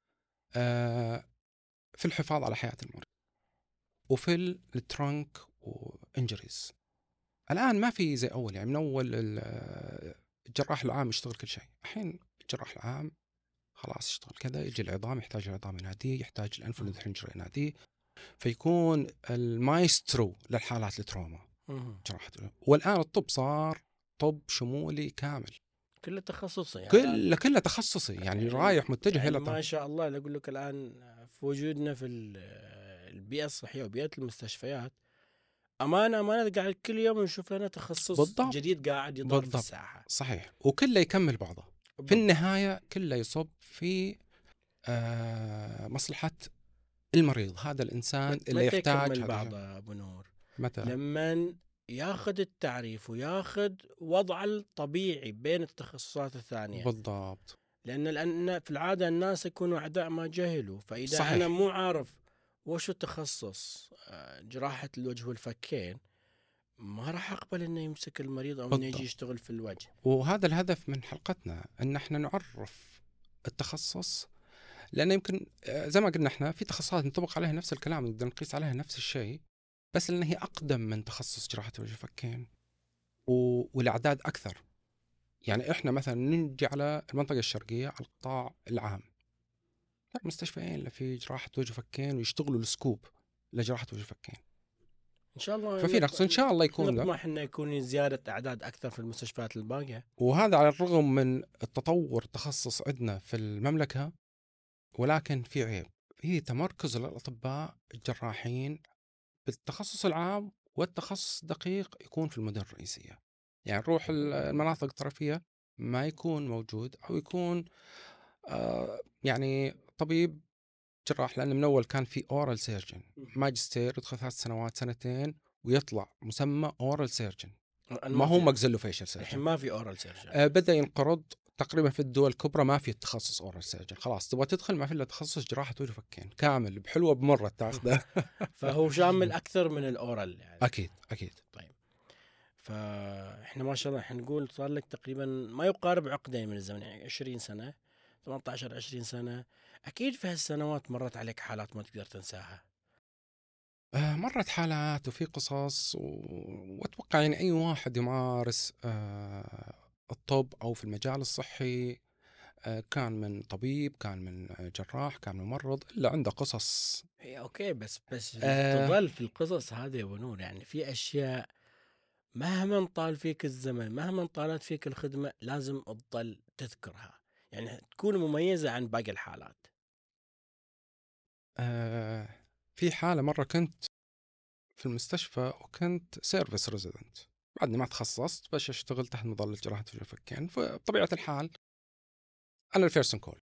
في الحفاظ على حياة المريض، وفي الترانك وانجريز. الآن ما في زي أول، يعني من أول الجراح العام يشتغل كل شيء. الحين الجراح العام خلاص يشتغل كذا، يجي العظام، يحتاج العظام يناديه، يحتاج الأنف والحنجرة يناديه، فيكون المايسترو للحالات التروما مم. جراحة. والآن الطب صار طب شمولي كامل، كله تخصصي يعني الآن. كله تخصصي، يعني يعني رايح متجه يعني إلى ما شاء الله، اللي أقول لك الآن في وجودنا في البيئة الصحية وبيئة المستشفيات، أمانة قاعد كل يوم نشوف لنا تخصص بالضبط. جديد قاعد يظهر في بالضبط الساحة. صحيح، وكله يكمل بعضه. في بالضبط. النهاية كله يصب في مصلحة المريض، هذا الإنسان اللي متى يحتاج يكمل هذا الشيء. بعضه أبو نور؟ متى؟ لما ياخذ التعريف وياخذ وضعه الطبيعي بين التخصصات الثانية. بالضبط لأن في العادة الناس يكونوا أعداء ما جهلوا، فإذا أنا صحيح. مو عارف وش التخصص جراحة الوجه والفكين، ما راح أقبل إنه يمسك المريض أو إنه يجي بالضبط، يشتغل في الوجه. وهذا الهدف من حلقتنا، أن احنا نعرف التخصص. لأنه يمكن زي ما قلنا احنا في تخصصات نطبق عليها نفس الكلام، نقدر نقيس عليها نفس الشيء، بس لأن هي أقدم من تخصص جراحة الوجه والفكين والأعداد أكثر. يعني احنا مثلا نجي على المنطقة الشرقية، على القطاع العام، لا مستشفيين اللي في جراحة وجه وفكين ويشتغلوا السكوب لجراحة وجه وفكين. إن شاء الله ففي نقص إن شاء الله يكون ذا. نطمح إنه يكون زيادة أعداد أكثر في المستشفيات الباقية. وهذا على الرغم من التطور التخصص عندنا في المملكة، ولكن في عيب، هي تمركز الأطباء الجراحين بالتخصص العام، والتخصص الدقيق يكون في المدن الرئيسية. يعني نروح المناطق الطرفية ما يكون موجود، أو يكون يعني طبيب جراح، لأن من أول كان في أورال سيرجن ماجستير، يدخل 3 سنوات سنتين ويطلع مسمى أورال سيرجن، الآن ما ما هو في، ماكسيلوفيشل الحين سيرجن. ما في أورال سيرجن. بدأ ينقرض تقريبا في الدول الكبرى، ما في تخصص أورال سيرجن. خلاص تبغى تدخل، ما في إلا تخصص جراحة وجه وفكين كامل بحلوة بمرة تاخذه. فهو شامل أكثر من الأورال يعني. أكيد أكيد. طيب، فاحنا ما شاء الله حنقول صار لك تقريبا ما يقارب عقدين من الزمن، يعني 20 سنة، 18 20 سنة. اكيد في هالسنوات مرت عليك حالات ما تقدر تنساها. مرت حالات وفي قصص وأتوقع يعني أي واحد يمارس الطب أو في المجال الصحي، كان من طبيب، كان من جراح، كان ممرض، إلا عنده قصص. هي اوكي، بس آه تظل في القصص هذه يا ابو نور، يعني في اشياء مهما طال فيك الزمن، مهما طالت فيك الخدمة، لازم تظل تذكرها، يعني تكون مميزة عن باقي الحالات. آه في حالة مرة كنت في المستشفى، وكنت سيرفيس ريزيدنت، بعدني ما تخصصت بس اشتغل تحت مظلة جراحة وجه وفكين. فبطبيعة الحال أنا الفيرسون كول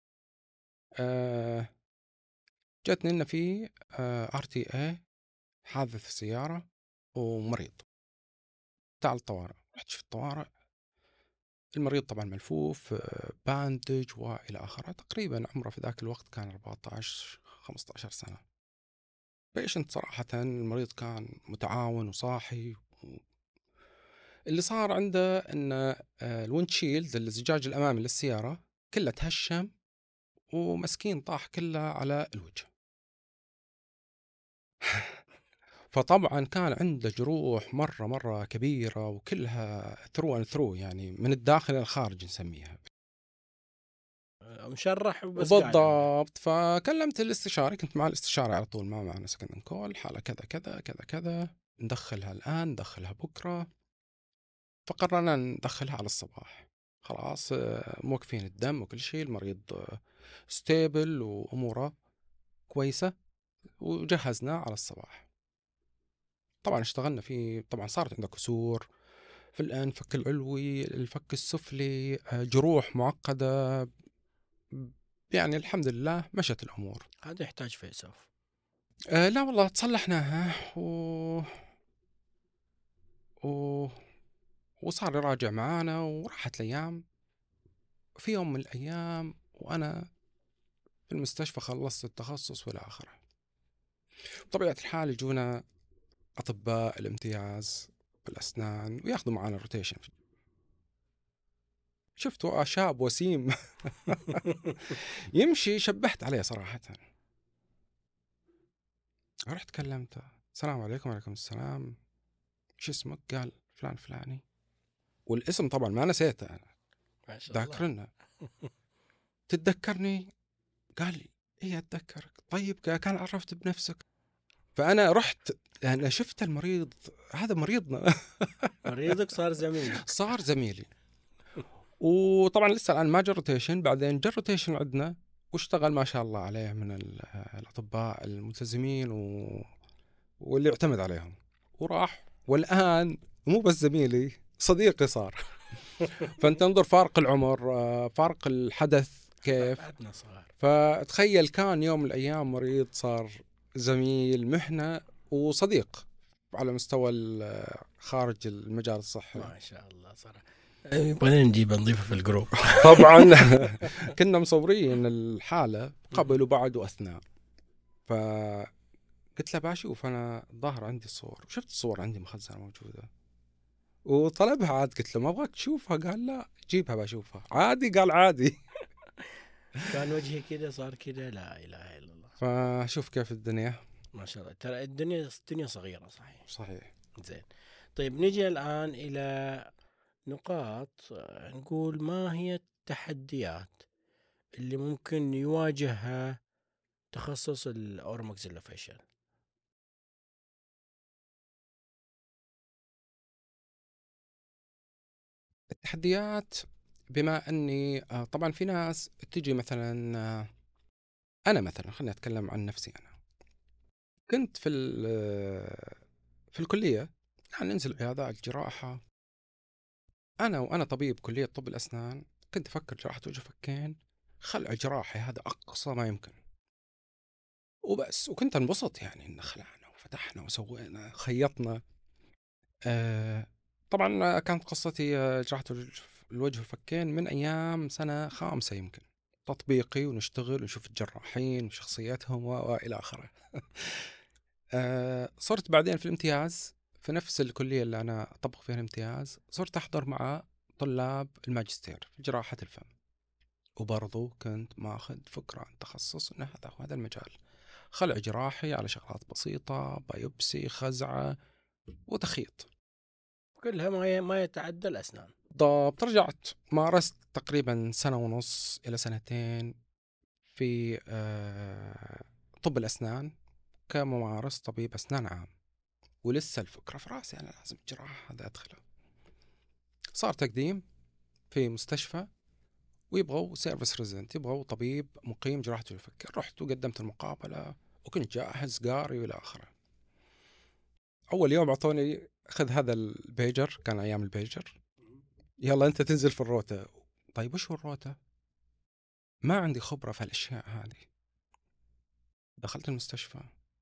جاتني إن في RTA حادث سيارة ومريض، تعال الطوارئ. رحت شفت الطوارئ، المريض طبعا ملفوف باندج وإلى آخره، تقريبا عمره في ذاك الوقت كان 14 15 سنة. بيشنت صراحة المريض كان متعاون وصاحي. اللي صار عنده ان الويندشيلد الزجاج الامامي للسيارة كله تهشم، ومسكين طاح كله على الوجه. فطبعا كان عنده جروح مرة كبيرة، وكلها ثرو اند ثرو، يعني من الداخل الى الخارج نسميها. مشرح وبس قاعد عنده. بالضبط. فكلمت الاستشاري، كنت مع الاستشاري على طول، ما معنا سكند كول، حالة كذا كذا كذا كذا، ندخلها الآن ندخلها بكرة. فقررنا ندخلها على الصباح. خلاص موقفين الدم وكل شيء، المريض ستيبل وأموره كويسة، وجهزنا على الصباح. طبعا اشتغلنا فيه. طبعا صارت عنده كسور في الأنفك العلوي، الفك السفلي، جروح معقدة. يعني الحمد لله مشت الأمور. هذا يحتاج فيس اوف. لا والله تصلحناها و... وصار يراجع معانا، وراحت الأيام. في يوم من الأيام وأنا في المستشفى خلصت التخصص والى آخره، بطبيعة الحال يجونا أطباء الامتياز بالأسنان وياخذوا معانا روتيشن. شفته شاب وسيم يمشي، شبهت عليه صراحة. رحت كلمته، السلام عليكم. وعليكم السلام، شو اسمك؟ قال فلان فلاني، والاسم طبعا ما نسيته أنا، ما شاء الله. ذاكرنا. تتذكرني؟ قال لي إيه أتذكرك. طيب كان عرفت بنفسك. فأنا رحت، أنا شفت المريض هذا مريضنا مريضك صار زميلك. صار زميلي. وطبعا لسه الآن ما جا روتيشن، بعدين جا روتيشن عندنا، واشتغل ما شاء الله عليه من الأطباء الملتزمين واللي يعتمد عليهم، وراح. والآن مو بس زميلي، صديقي صار. فأنت انظر فارق العمر، فارق الحدث كيف. بعدنا صغار. فتخيل كان يوم من الأيام مريض، صار زميل مهنة وصديق على مستوى خارج المجال الصحي. ما شاء الله صراحة. يبغى نجيب نضيفه في الجروب. طبعا كنا مصورين الحالة قبل وبعد وأثناء. فقلت له بشوف أنا الظاهر عندي الصور، وشفت الصور عندي مخزنة موجودة، وطلبها عاد. قلت له ما أبغاك تشوفها؟ قال لا جيبها بشوفها عادي. قال عادي. كان وجهي كذا صار كذا، لا إله إلا الله. فشوف كيف الدنيا. ما شاء الله، ترى الدنيا صغيرة صحيح. صحيح. زين. طيب نجي الآن إلى نقاط، نقول ما هي التحديات اللي ممكن يواجهها تخصص الأورموكسيلوفيشل. التحديات، بما أني طبعا في ناس تجي مثلا، أنا مثلا خليني أتكلم عن نفسي. أنا كنت في الكلية، يعني ننزل عيادات جراحة. وأنا طبيب كلية طب الأسنان، كنت أفكر جراحة وجه فكين، خلع جراحي، هذا أقصى ما يمكن وبس. وكنت انبسط يعني إن خلعنا وفتحنا وسوينا خيطنا. طبعا كانت قصتي جراحة الوجه والفكين من أيام سنة خامسة يمكن، تطبيقي، ونشتغل ونشوف الجراحين وشخصياتهم وإلى آخره. صرت بعدين في الامتياز في نفس الكلية اللي أنا أطبق فيها الامتياز، صرت أحضر مع طلاب الماجستير في جراحة الفم، وبرضو كنت ماخذ فكرة عن تخصص إنه هذا المجال، خلع جراحي على شغلات بسيطة، بايوبسي، خزعة وتخيط، كلها ما يتعدى الأسنان. بالضبط. رجعت مارست تقريبا سنة ونص إلى سنتين في طب الأسنان كممارس طبيب أسنان عام، ولسه الفكرة في راسي، أنا لازم جراحة هذا أدخله. صار تقديم في مستشفى ويبغوا سيرفيس ريزنت، يبغوا طبيب مقيم جراحة الفك. رحت وقدمت المقابلة وكنت جاهز قاري والى آخره. أول يوم أعطوني خذ هذا البيجر، كان ايام البيجر، يلا انت تنزل في الروتا. طيب وش هو الروتا؟ ما عندي خبرة في الاشياء هذه. دخلت المستشفى،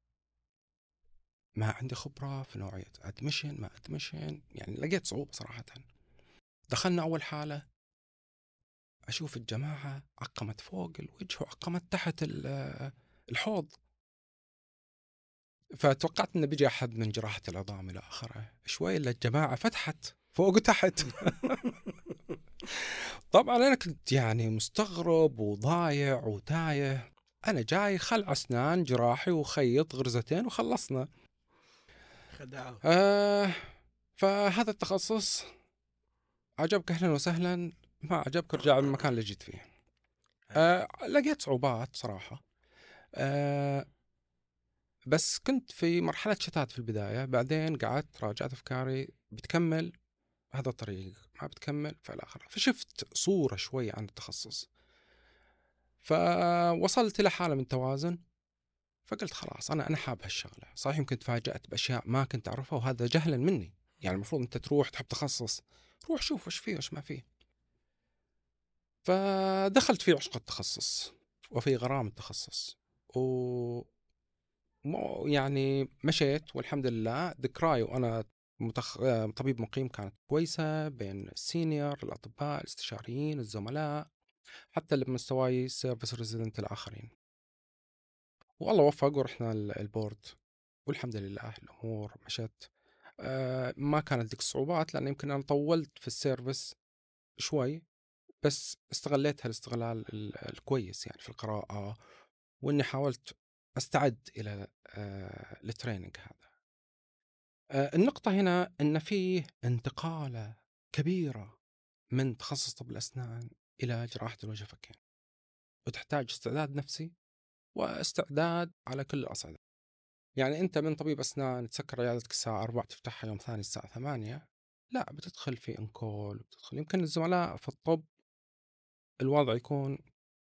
ما عندي خبرة في نوعية ادمشن ما ادمشن، يعني لقيت صعوبة صراحة. دخلنا اول حالة، اشوف الجماعة عقمت فوق الوجه وعقمت تحت الحوض، فتوقعت انه بيجي احد من جراحة العظام الى اخره. شوي الا الجماعة فتحت فوق وتحت. طبعا انا كنت يعني مستغرب وضايع وتايه. انا جاي خلع اسنان جراحي وخيط غرزتين وخلصنا. خدعوك. فهذا التخصص عجبك اهلا وسهلا، ما عجبك ارجع المكان اللي جيت فيه. لقيت صعوبات صراحة. بس كنت في مرحلة شتات في البداية، بعدين قعدت راجعت أفكاري، بتكمل هذا الطريق ما بتكمل فالآخر، فشفت صورة شوي عن التخصص، فوصلت إلى حالة من توازن. فقلت خلاص أنا حاب هالشغلة. صحيح يمكن تفاجأت بأشياء ما كنت أعرفها وهذا جهلا مني، يعني المفروض أنت تروح تحب تخصص، روح شوف وش فيه وش ما فيه. فدخلت في عشق التخصص وفي غرام التخصص، و يعني مشيت والحمد لله. ذكراي وأنا طبيب مقيم كانت كويسة بين السينيور، الأطباء، الاستشاريين، الزملاء، حتى اللي بمستواي سيرفيس ريزيدنت الآخرين. والله وفق ورحنا البورد والحمد لله الأمور مشت. ما كانت ذيك الصعوبات لأن يمكن أنا طولت في السيرفيس شوي، بس استغليتها الاستغلال الكويس يعني في القراءة، وإني حاولت أستعد إلى التريننج هذا. النقطة هنا أن فيه انتقالة كبيرة من تخصص طب الأسنان إلى جراحة الوجه والفكين، وتحتاج استعداد نفسي واستعداد على كل الأصعدة. يعني أنت من طبيب أسنان تسكر عيادتك الساعة 4 تفتحها يوم ثاني الساعة 8، لا بتدخل في انكول، بتدخل يمكن الزملاء في الطب الوضع يكون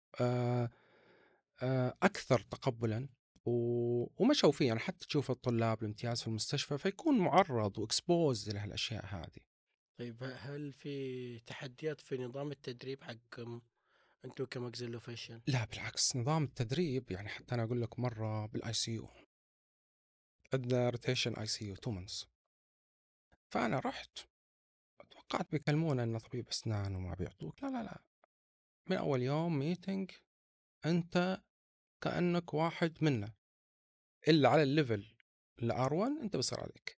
أكثر تقبلا ومشوا فيه. يعني حتى تشوف الطلاب الامتياز في المستشفى فيكون معرض واكسبوز لهالأشياء هذه. طيب هل في تحديات في نظام التدريب حقكم انتم كماكسيلوفيشل؟ لا بالعكس، نظام التدريب يعني حتى أنا أقول لك مرة بالآي سي يو عندنا روتيشن آي سي يو 2 months، فأنا رحت توقعت بيكلمونا إن طبيب أسنان وما بيعطوك، لا لا لا، من أول يوم ميتنج أنت كأنك واحد منا، إلا على الليفل الR1 أنت بصير عليك.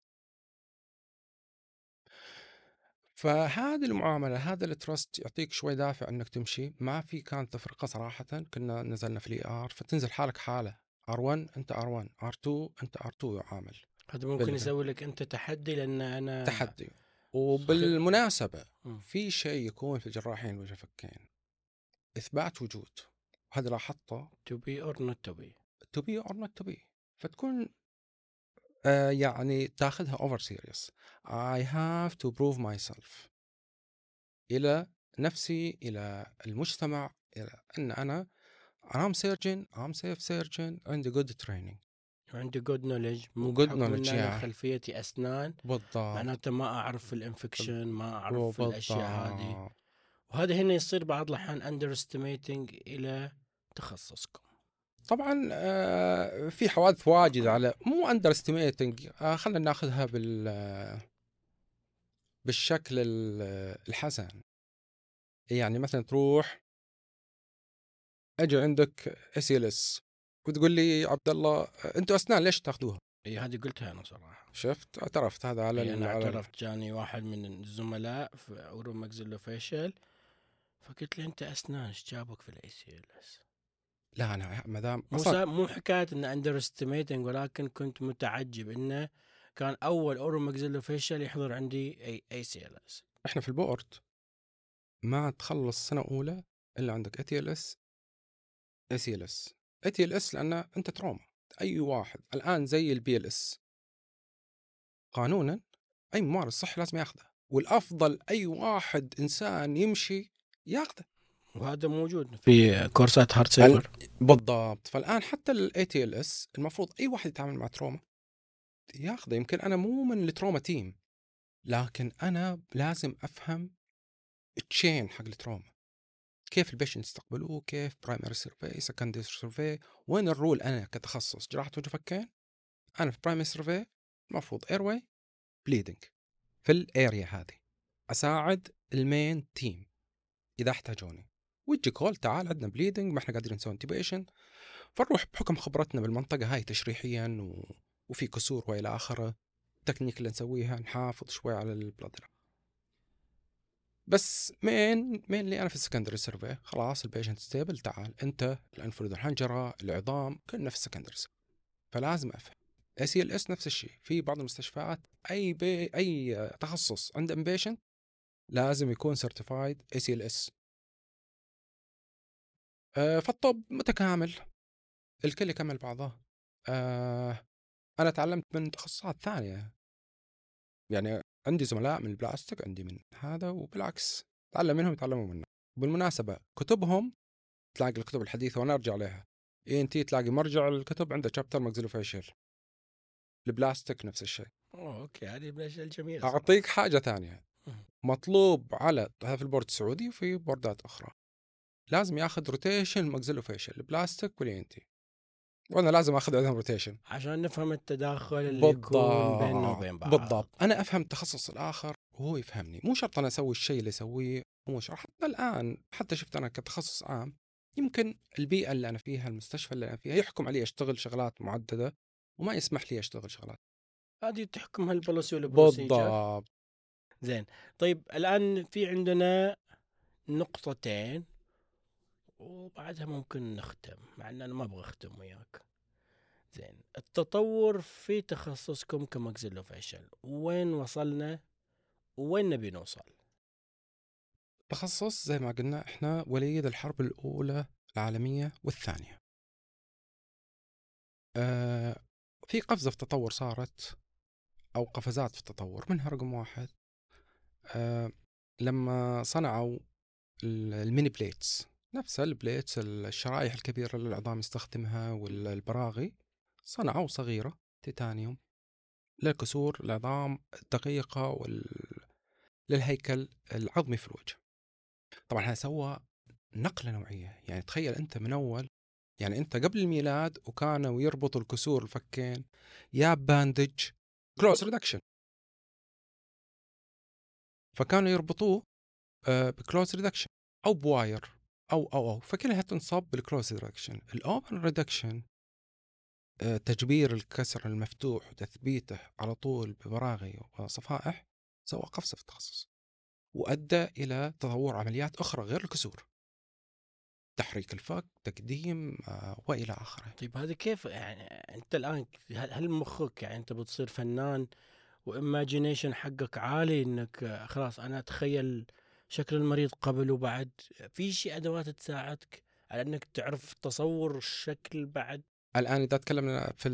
فهذه المعاملة، هذا التراست يعطيك شوي دافع انك تمشي. ما في كانت تفرقة صراحة، كنا نزلنا في الER فتنزل حالك حالة، R1 انت R1، R2 انت R2 يعامل. هذا ممكن يسوي لك انت تحدي، لان انا تحدي. وبالمناسبة مم. في شيء يكون في الجراحين وجه فكين، اثبات وجود، هذا لاحظته، to be or not to be. to be or not to be. فتكون يعني تاخذها over serious. I have to prove myself إلى نفسي، إلى المجتمع، إلى أن أنا I'm surgeon, I'm safe surgeon, عندي good training وعندي good knowledge، مو good بحكم ان knowledge. انا خلفيتي اسنان بالضبط معناته ما اعرف في الانفكشن، ما اعرف في بالضبط. الاشياء هذه. وهذا هنا يصير بعض الاحيان underestimating الى تخصصكم. طبعا في حوادث واجد، على مو underestimating، خلينا ناخذها بالشكل الحسن. يعني مثلا تروح اجي عندك ACLS وتقول لي عبد الله انتوا اسنان ليش تاخذوها؟ اي هذه قلتها انا صراحه. شفت اعترفت هذا على انا اعترفت، جاني واحد من الزملاء في اورو ماكسيلوفيشل فقلت له انت اسنان ايش جابك في الاي سي ال اس؟ لا انا ما دام مو اصلا مو حكايه انه اندر استيميتنج، ولكن كنت متعجب انه كان اول اورو ماكسيلوفيشل يحضر عندي اي سي ال اس. احنا في البورد ما تخلص سنه اولى الا عندك ATLS ACLS ATLS، لان انت تروما. اي واحد الان زي الBLS قانونا اي ممارس صحي لازم ياخذه، والافضل اي واحد انسان يمشي ياخذه، وهذا موجود في كورسات هارت سيفر. بالضبط. فالان حتى ATLS المفروض اي واحد يتعامل مع تروما ياخذه. يمكن انا مو من التروما تيم، لكن أنا لازم أفهم التشين حق التروما، كيف البيشنت يستقبلوه، كيف برايمري سيرفي، سكندري سيرفي، وين الرول. أنا كتخصص جراحة وجه وفكين، أنا في برايمري سيرفي المفروض ايرواي بليدنج في الاريا هذه، أساعد المين تيم إذا احتاجوني. ويجي كول تعال عندنا بليدنج ما احنا قادرين نسوي انتبيشن، فنروح بحكم خبرتنا بالمنطقة هاي تشريحيا وفي كسور وإلى آخره، التكنيك اللي نسويها نحافظ شوي على البلادر. بس مين اللي انا في السكندري سيرفي خلاص البيشنت ستيبل، تعال انت الانف والاذن الحنجره العظام كلنا في السكندري سيرفي، فلازم افهم. ACLS نفس الشيء في بعض المستشفيات، اي تخصص عند بيشنت لازم يكون سيرتيفايد ACLS. فالطب متكامل، الكل يكمل بعضه. انا تعلمت من تخصصات ثانيه، يعني عندي زملاء من البلاستيك، عندي من هذا، وبالعكس تعلم منهم يتعلموا منا. بالمناسبة كتبهم تلاقي الكتب الحديثة وانا ارجع عليها، ENT تلاقي مرجع الكتب عنده شابتر ماكسيلوفيشيال، البلاستيك نفس الشيء. اوكي، هذه من الاشياء الجميله صراحه. اعطيك حاجة ثانية، مطلوب على هذا في البورد السعودي وفي بوردات اخرى، لازم ياخذ روتيشن ماكسيلوفيشيال البلاستيك والENT، وانا لازم اخذ عندهم روتيشن. عشان نفهم التداخل اللي يكون بيننا بالضبط وبين بعض. بالضبط، انا افهم التخصص الاخر وهو يفهمني، مو شرط انا اسوي الشيء اللي اسويه، مو شرط. حتى الان حتى شفت انا كتخصص عام يمكن البيئه اللي انا فيها، المستشفى اللي انا فيها، يحكم علي اشتغل شغلات معدده وما يسمح لي اشتغل شغلات. هذه تحكمها البوليسي والبروسيجر. بالضبط. زين. طيب الآن في عندنا نقطتين وبعدها ممكن نختم، مع ان انا ما ابغى اختم وياك. زين، التطور في تخصصكم كماكسيلوفيشل وين وصلنا وين نبي نوصل؟ تخصص زي ما قلنا احنا وليد الحرب الاولى العالميه والثانيه. في قفزه في التطور صارت، او قفزات في التطور، منها رقم واحد لما صنعوا الميني بليتس، نفس البليتس الشرائح الكبيرة اللي العظام يستخدمها والبراغي، صنعوا صغيرة تيتانيوم لكسور العظام الدقيقة للهيكل العظمي في الوجه. طبعا هذا سوى نقلة نوعية، يعني تخيل أنت من أول، يعني أنت قبل الميلاد وكانوا يربطوا الكسور الفكين يا باندج كلوز ريدكشن، فكانوا يربطوه بكلوز ريدكشن او بواير او فكلها تنصب بالكلوز ريدكشن. الاوبن ريدكشن تجبير الكسر المفتوح وتثبيته على طول ببراغي وصفائح، سوى قفزه في التخصص وادى الى تطور عمليات اخرى غير الكسور، تحريك الفك، تقديم والى اخره. طيب هذا كيف يعني؟ انت الان هل مخك يعني انت بتصير فنان وايماجينيشن حقك عالي انك خلاص انا اتخيل شكل المريض قبل وبعد؟ في شيء ادوات تساعدك على انك تعرف تصور الشكل بعد؟ الان اذا تكلمنا في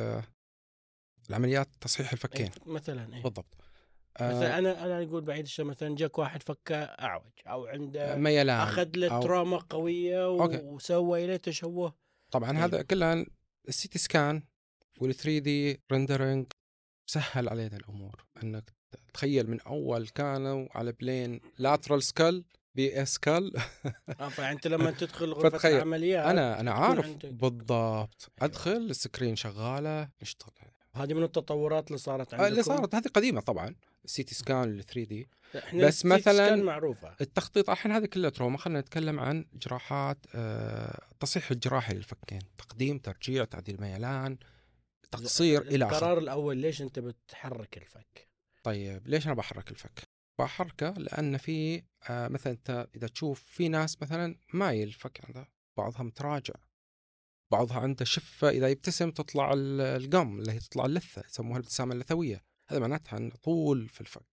العمليات تصحيح اي الفكين مثلا ايه. بالضبط. مثلا انا اقول بعيد الشر، مثلا جاك واحد فكه اعوج او عنده ميلان اخذ له او تروما قويه اوكي. وسوى له تشوه. طبعا طيب هذا كلها السي تي سكان وال3 دي ريندرنج سهل علينا الامور، انك تخيل من اول كانوا على بلين لاترال سكال بي اس سكال فانت لما تدخل غرفه فتخيل العمليات انا تكون عارف عندك. بالضبط، ايوه. ادخل السكرين شغاله نشتغل. هذه من التطورات اللي صارت اللي عندكم. صارت هذه قديمه طبعا، السي تي سكان ال 3 دي. احنا بس السيت سكان مثلا معروفه. التخطيط الحين هذه كلها تروما، خلينا نتكلم عن جراحات التصحيح الجراحي للفكين، تقديم، ترجيع، تعديل ميلان، تقصير الى اخره. القرار الاول ليش انت بتحرك الفك؟ طيب ليش انا بحرك الفك؟ بحركه لان في مثلا انت اذا تشوف في ناس مثلا مايل الفك عنده، بعضها متراجع، بعضها عنده شفه اذا يبتسم تطلع القم اللي هي تطلع اللثه، يسموها الابتسامه اللثويه، هذا معناتها انه طول في الفك.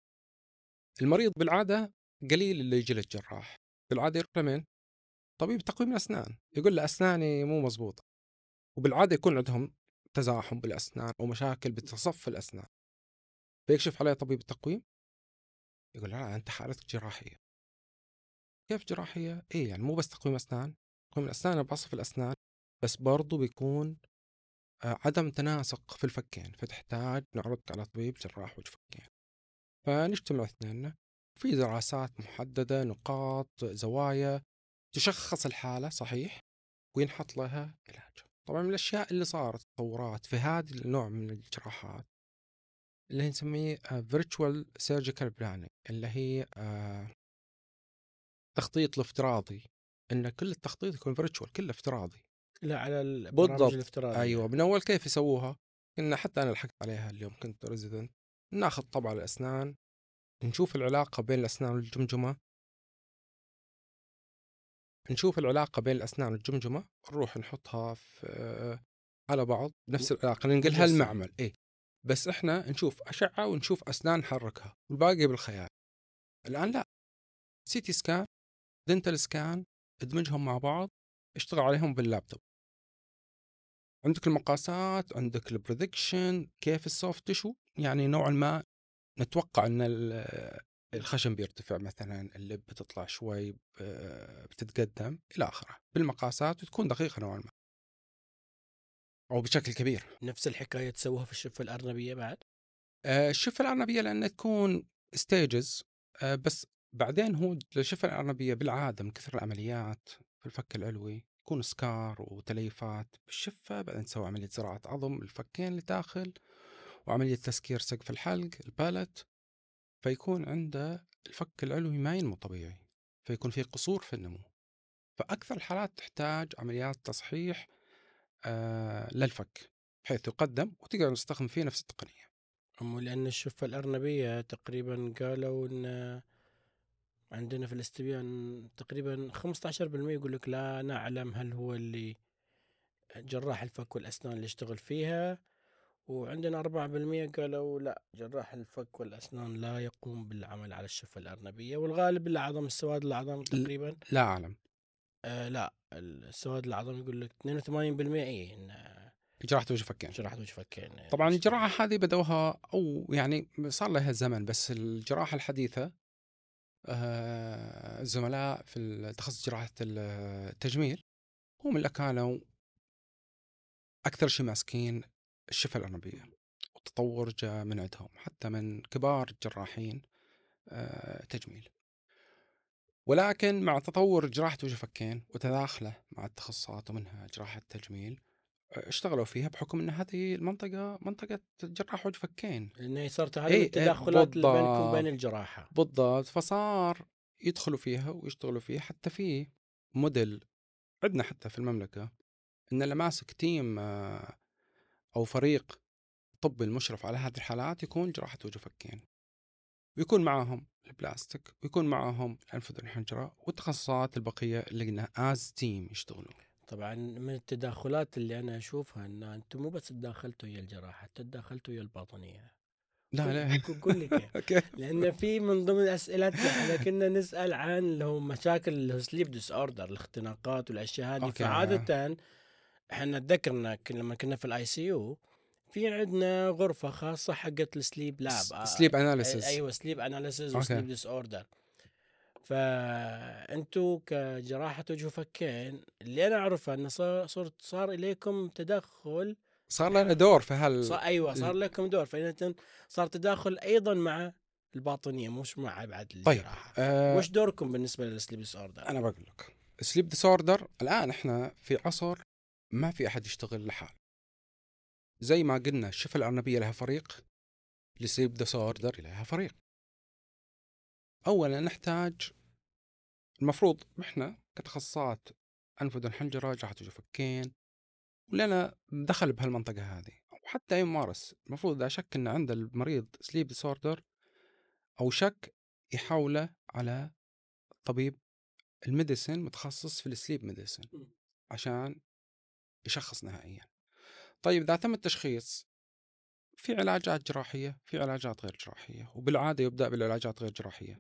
المريض بالعاده قليل اللي يجي للجراح، بالعاده يروح لمين؟ طبيب تقويم الاسنان، يقول له اسناني مو مزبوطه، وبالعاده يكون عندهم تزاحم بالاسنان او مشاكل بتصف الاسنان، فيكشف عليه طبيب التقويم يقول لا انت حالتك جراحيه. كيف جراحية؟ إيه يعني مو بس تقويم أسنان، تقويم الأسنان أنا بصف الأسنان، بس برضو بيكون عدم تناسق في الفكين، فتحتاج نعرضك على طبيب جراح وجه فكين. فنجتمع اثنيننا، في دراسات محددة، نقاط، زوايا تشخص الحالة صحيح وينحط لها علاج. طبعا من الأشياء اللي صارت تطورات في هذا النوع من الجراحات اللي نسميه virtual surgical planning، اللي هي تخطيط الافتراضي، ان كل التخطيط يكون virtual، كله افتراضي. لا، على البرامج بالضبط، الافتراضية. ايوه. من اول كيف يسووها؟ ان حتى انا لحقت عليها اليوم كنت ريزيدنت. ناخذ طبعا الاسنان، نشوف العلاقة بين الاسنان والجمجمة، نروح نحطها في على بعض نفس العلاقة، ننقلها مجسم. المعمل. ايه، بس احنا نشوف أشعة ونشوف أسنان نحركها والباقي بالخيال. الآن لا، سي تي سكان، دنتال سكان، ادمجهم مع بعض، اشتغل عليهم باللابتوب. عندك المقاسات، عندك البريدكشن، كيف السوفت تشو، يعني نوعا ما نتوقع ان الخشم بيرتفع مثلا، اللب بتطلع شوي، بتتقدم الى اخره بالمقاسات، وتكون دقيقه نوعا ما او بشكل كبير. نفس الحكاية تسووها في الشفة الأرنبية بعد؟ الشفه الارنبيه لان تكون ستيجز، بس بعدين هو الشفه الارنبيه بالعاده من كثر العمليات في الفك العلوي يكون سكار وتليفات بالشفه، بعدين تسوي عمليه زراعه عظم الفكين اللي داخل، وعمليه تسكير سقف الحلق البالت، فيكون عنده الفك العلوي ما ينمو طبيعي، فيكون في قصور في النمو. فأكثر الحالات تحتاج عمليات تصحيح للفك بحيث يقدم وتقدر نستخدم فيه نفس التقنية. لأن الشفة الأرنبية تقريبا قالوا إن عندنا في الاستبيان تقريبا 15% يقول لك لا نعلم هل هو اللي جراح الفك والأسنان اللي يشتغل فيها، وعندنا 4% قالوا لا، جراح الفك والأسنان لا يقوم بالعمل على الشفة الأرنبية، والغالب العظم، السواد العظم تقريبا. لا أعلم. لا، السواد العظم يقول لك 82% ايه إن جراحة وجه فكين. جراحة وجه فكين طبعا يشتغل. الجراحة هذه بدأوها أو يعني صار لها زمن، بس الجراحة الحديثة الزملاء في تخصص جراحة التجميل هم اللي كانوا أكثر شيء ماسكين الشفة الأرنبية، والتطور جاء من عندهم حتى من كبار الجراحين تجميل. ولكن مع تطور جراحة وجه فكين وتداخله مع التخصصات ومنها جراحة التجميل، اشتغلوا فيها بحكم ان هذه المنطقة منطقة جراح وجه فكين. لأنه صارت هذا من اي التداخلات اللي بينكم وبين بالضبط، الجراحة. بالضبط. فصار يدخلوا فيها ويشتغلوا فيها. حتى في موديل عندنا حتى في المملكة ان اللي ماسك تيم او فريق طبي المشرف على هذه الحالات يكون جراحة وجه فكين، ويكون معاهم البلاستيك، ويكون معاهم الأنف وأذن حنجرة والتخصصات البقية اللي قلنا از تيم يشتغلوا. طبعا من التداخلات اللي أنا أشوفها أن أنتم مو بس تداخلتوا ويا الجراحة، تداخلتوا ويا الباطنية. لا لا. قل لي كيف. كيف؟ لأن في من ضمن أسئلتنا احنا كنا نسأل عن اللي هو مشاكل اللي هو سليب ديس اوردر، الاختناقات والأشياء هذه. اوكي. فعادة احنا تذكرنا لما كنا في الاي سي يو، في عندنا غرفة خاصة حقت السليب لاب. سليب اناليسيس. ايوه، سليب اناليسيز اوكي. وسليب ديس اوردر. فانتوا كجراحة وجه وفكين اللي انا اعرفه انه صار اليكم تدخل. صار لنا دور في ايوه، صار لكم دور، فإذا صار تداخل ايضا مع الباطنية مش مع بعد طيب الجراحة. وش دوركم بالنسبة للسليب ديس اوردر؟ انا بقول لك سليب ديسوردر الان احنا في عصر ما في احد يشتغل لحال. زي ما قلنا الشفة الأرنبية لها فريق، السليب ديسوردر لها فريق. اولا نحتاج، المفروض احنا كتخصصات انف واذن حنجره جراحه وجه فكين ولنا دخل بهالمنطقه هذه، او حتى اي ممارس، المفروض اذا شك ان عند المريض سليب ديسوردر او شك يحاوله على طبيب الميديسن متخصص في السليب ميديسن عشان يشخص نهائيا. طيب اذا تم التشخيص، في علاجات جراحيه، في علاجات غير جراحيه، وبالعاده يبدا بالعلاجات غير جراحيه.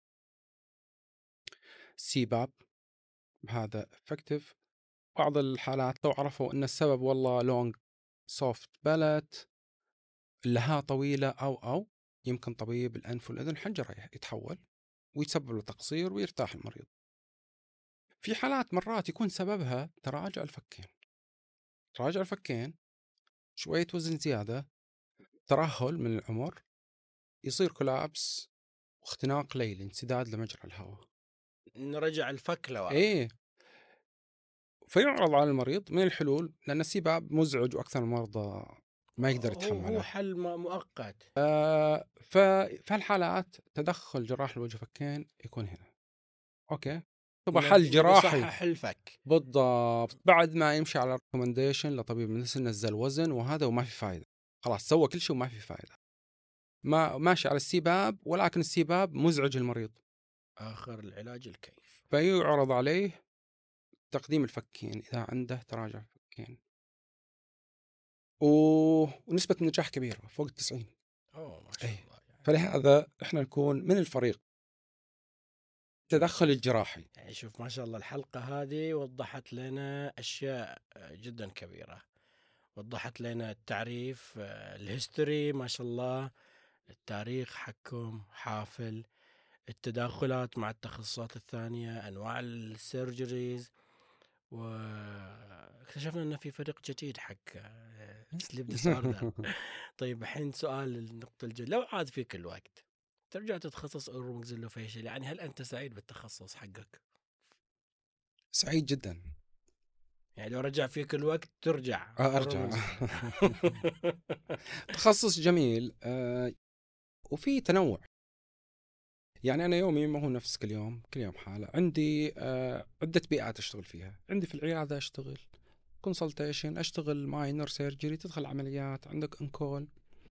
سيباب هذا افكتيف. بعض الحالات لو عرفوا ان السبب والله لونج سوفت بالت، اللها طويلة أو يمكن طبيب الأنف والأذن حنجرة يتحول ويسبب له تقصير ويرتاح المريض. في حالات مرات يكون سببها تراجع الفكين، تراجع الفكين، شوية وزن زيادة، ترهل من العمر، يصير كولابس واختناق ليلي، انسداد لمجرى الهواء. نرجع الفك لورا. إيه، فيعرض على المريض من الحلول، لأن السباب مزعج وأكثر المرضى ما يقدر هو يتحمله. حل مؤقت. ففي هالحالات تدخل جراح الوجه فكين يكون هنا. أوكي، طبعا حل نبي جراحي صحح الفك. بالضبط، بعد ما يمشي على ريكومنديشن لطبيب نزل وزن وهذا وما في فايدة، خلاص سوى كل شيء وما في فايدة، ما ماشي على السباب، ولكن السباب مزعج المريض، آخر العلاج الكيف. فيعرض عليه تقديم الفكين إذا عنده تراجع فكين، ونسبة النجاح كبيرة فوق 90. أوه ما شاء أي، الله يعني. فلهذا إحنا نكون من الفريق التدخل الجراحي. يعني شوف ما شاء الله الحلقة هذه وضحت لنا أشياء جدا كبيرة. وضحت لنا التعريف، الهيستوري ما شاء الله، التاريخ حقكم حافل، التداخلات مع التخصصات الثانية، أنواع السيرجريز، واكتشفنا أنه في فريق جديد حق سليب ديسوردر. طيب الحين سؤال النقطة لو عاد فيك الوقت ترجع تتخصص أوروماكسيلوفيشل، يعني هل أنت سعيد بالتخصص حقك؟ سعيد جدا. يعني لو رجع فيك الوقت ترجع أرجع. تخصص جميل، وفي تنوع. يعني أنا يومي ما هو نفس كل يوم، كل يوم حالة. عندي عدة بيئات أشتغل فيها. عندي في العيادة أشتغل كونسلتيشن، أشتغل ماينر سيرجري، تدخل عمليات، عندك انكول.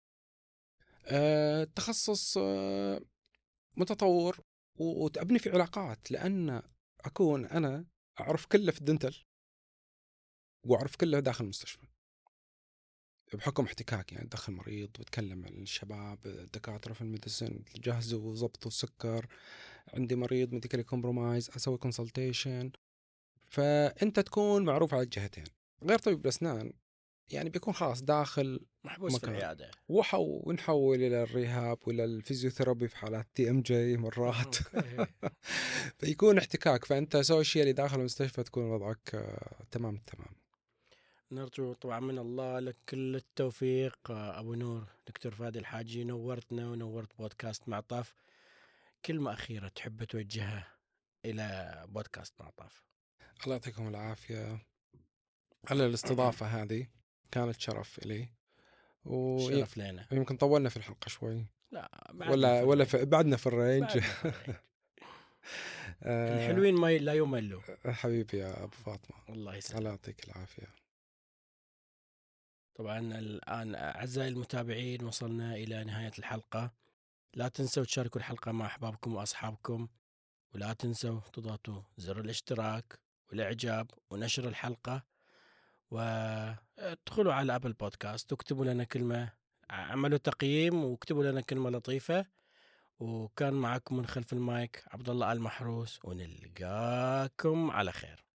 تخصص متطور، وتبني في علاقات، لأن أكون أنا أعرف كله في الدنتل وأعرف كله داخل المستشفى بحكم احتكاك. يعني دخل مريض وتكلم الشباب الدكاترة في الميديسن، جهزوا وظبطوا السكر، عندي مريض ميديكالي كومبرومايز، أسوي كونسلتيشن. فأنت تكون معروف على الجهتين. غير طبيب الأسنان يعني بيكون خلاص داخل محبوس في مكان، العيادة. ونحول إلى الريهاب وإلى الفيزيوثيرابي في حالات تي ام جي مرات. أوكي. فيكون احتكاك، فأنت سوشيالي داخل المستشفى تكون وضعك تمام التمام. نرجو طبعا من الله لك كل التوفيق أبو نور. دكتور فادي الحاجي، نورتنا ونورت بودكاست معطف. كلمة أخيرة تحب توجهها إلى بودكاست معطف؟ الله يعطيكم العافية على الاستضافة هذه، كانت شرف إلي. الشرف لنا. ويمكن طولنا في الحلقة شوي، لا بعدنا في ولا الرينج. بعدنا في الرينج. بعدنا في الرينج. آه، الحلوين ما لا يملوا. حبيبي يا أبو فاطمة، الله الله يسلمك. يعطيك العافية. طبعا الآن أعزائي المتابعين وصلنا إلى نهاية الحلقة. لا تنسوا تشاركوا الحلقة مع أحبابكم وأصحابكم، ولا تنسوا تضغطوا زر الاشتراك والإعجاب ونشر الحلقة، وادخلوا على أبل بودكاست واكتبوا لنا كلمة، عملوا تقييم واكتبوا لنا كلمة لطيفة. وكان معكم من خلف المايك عبد الله آل محروس، ونلقاكم على خير.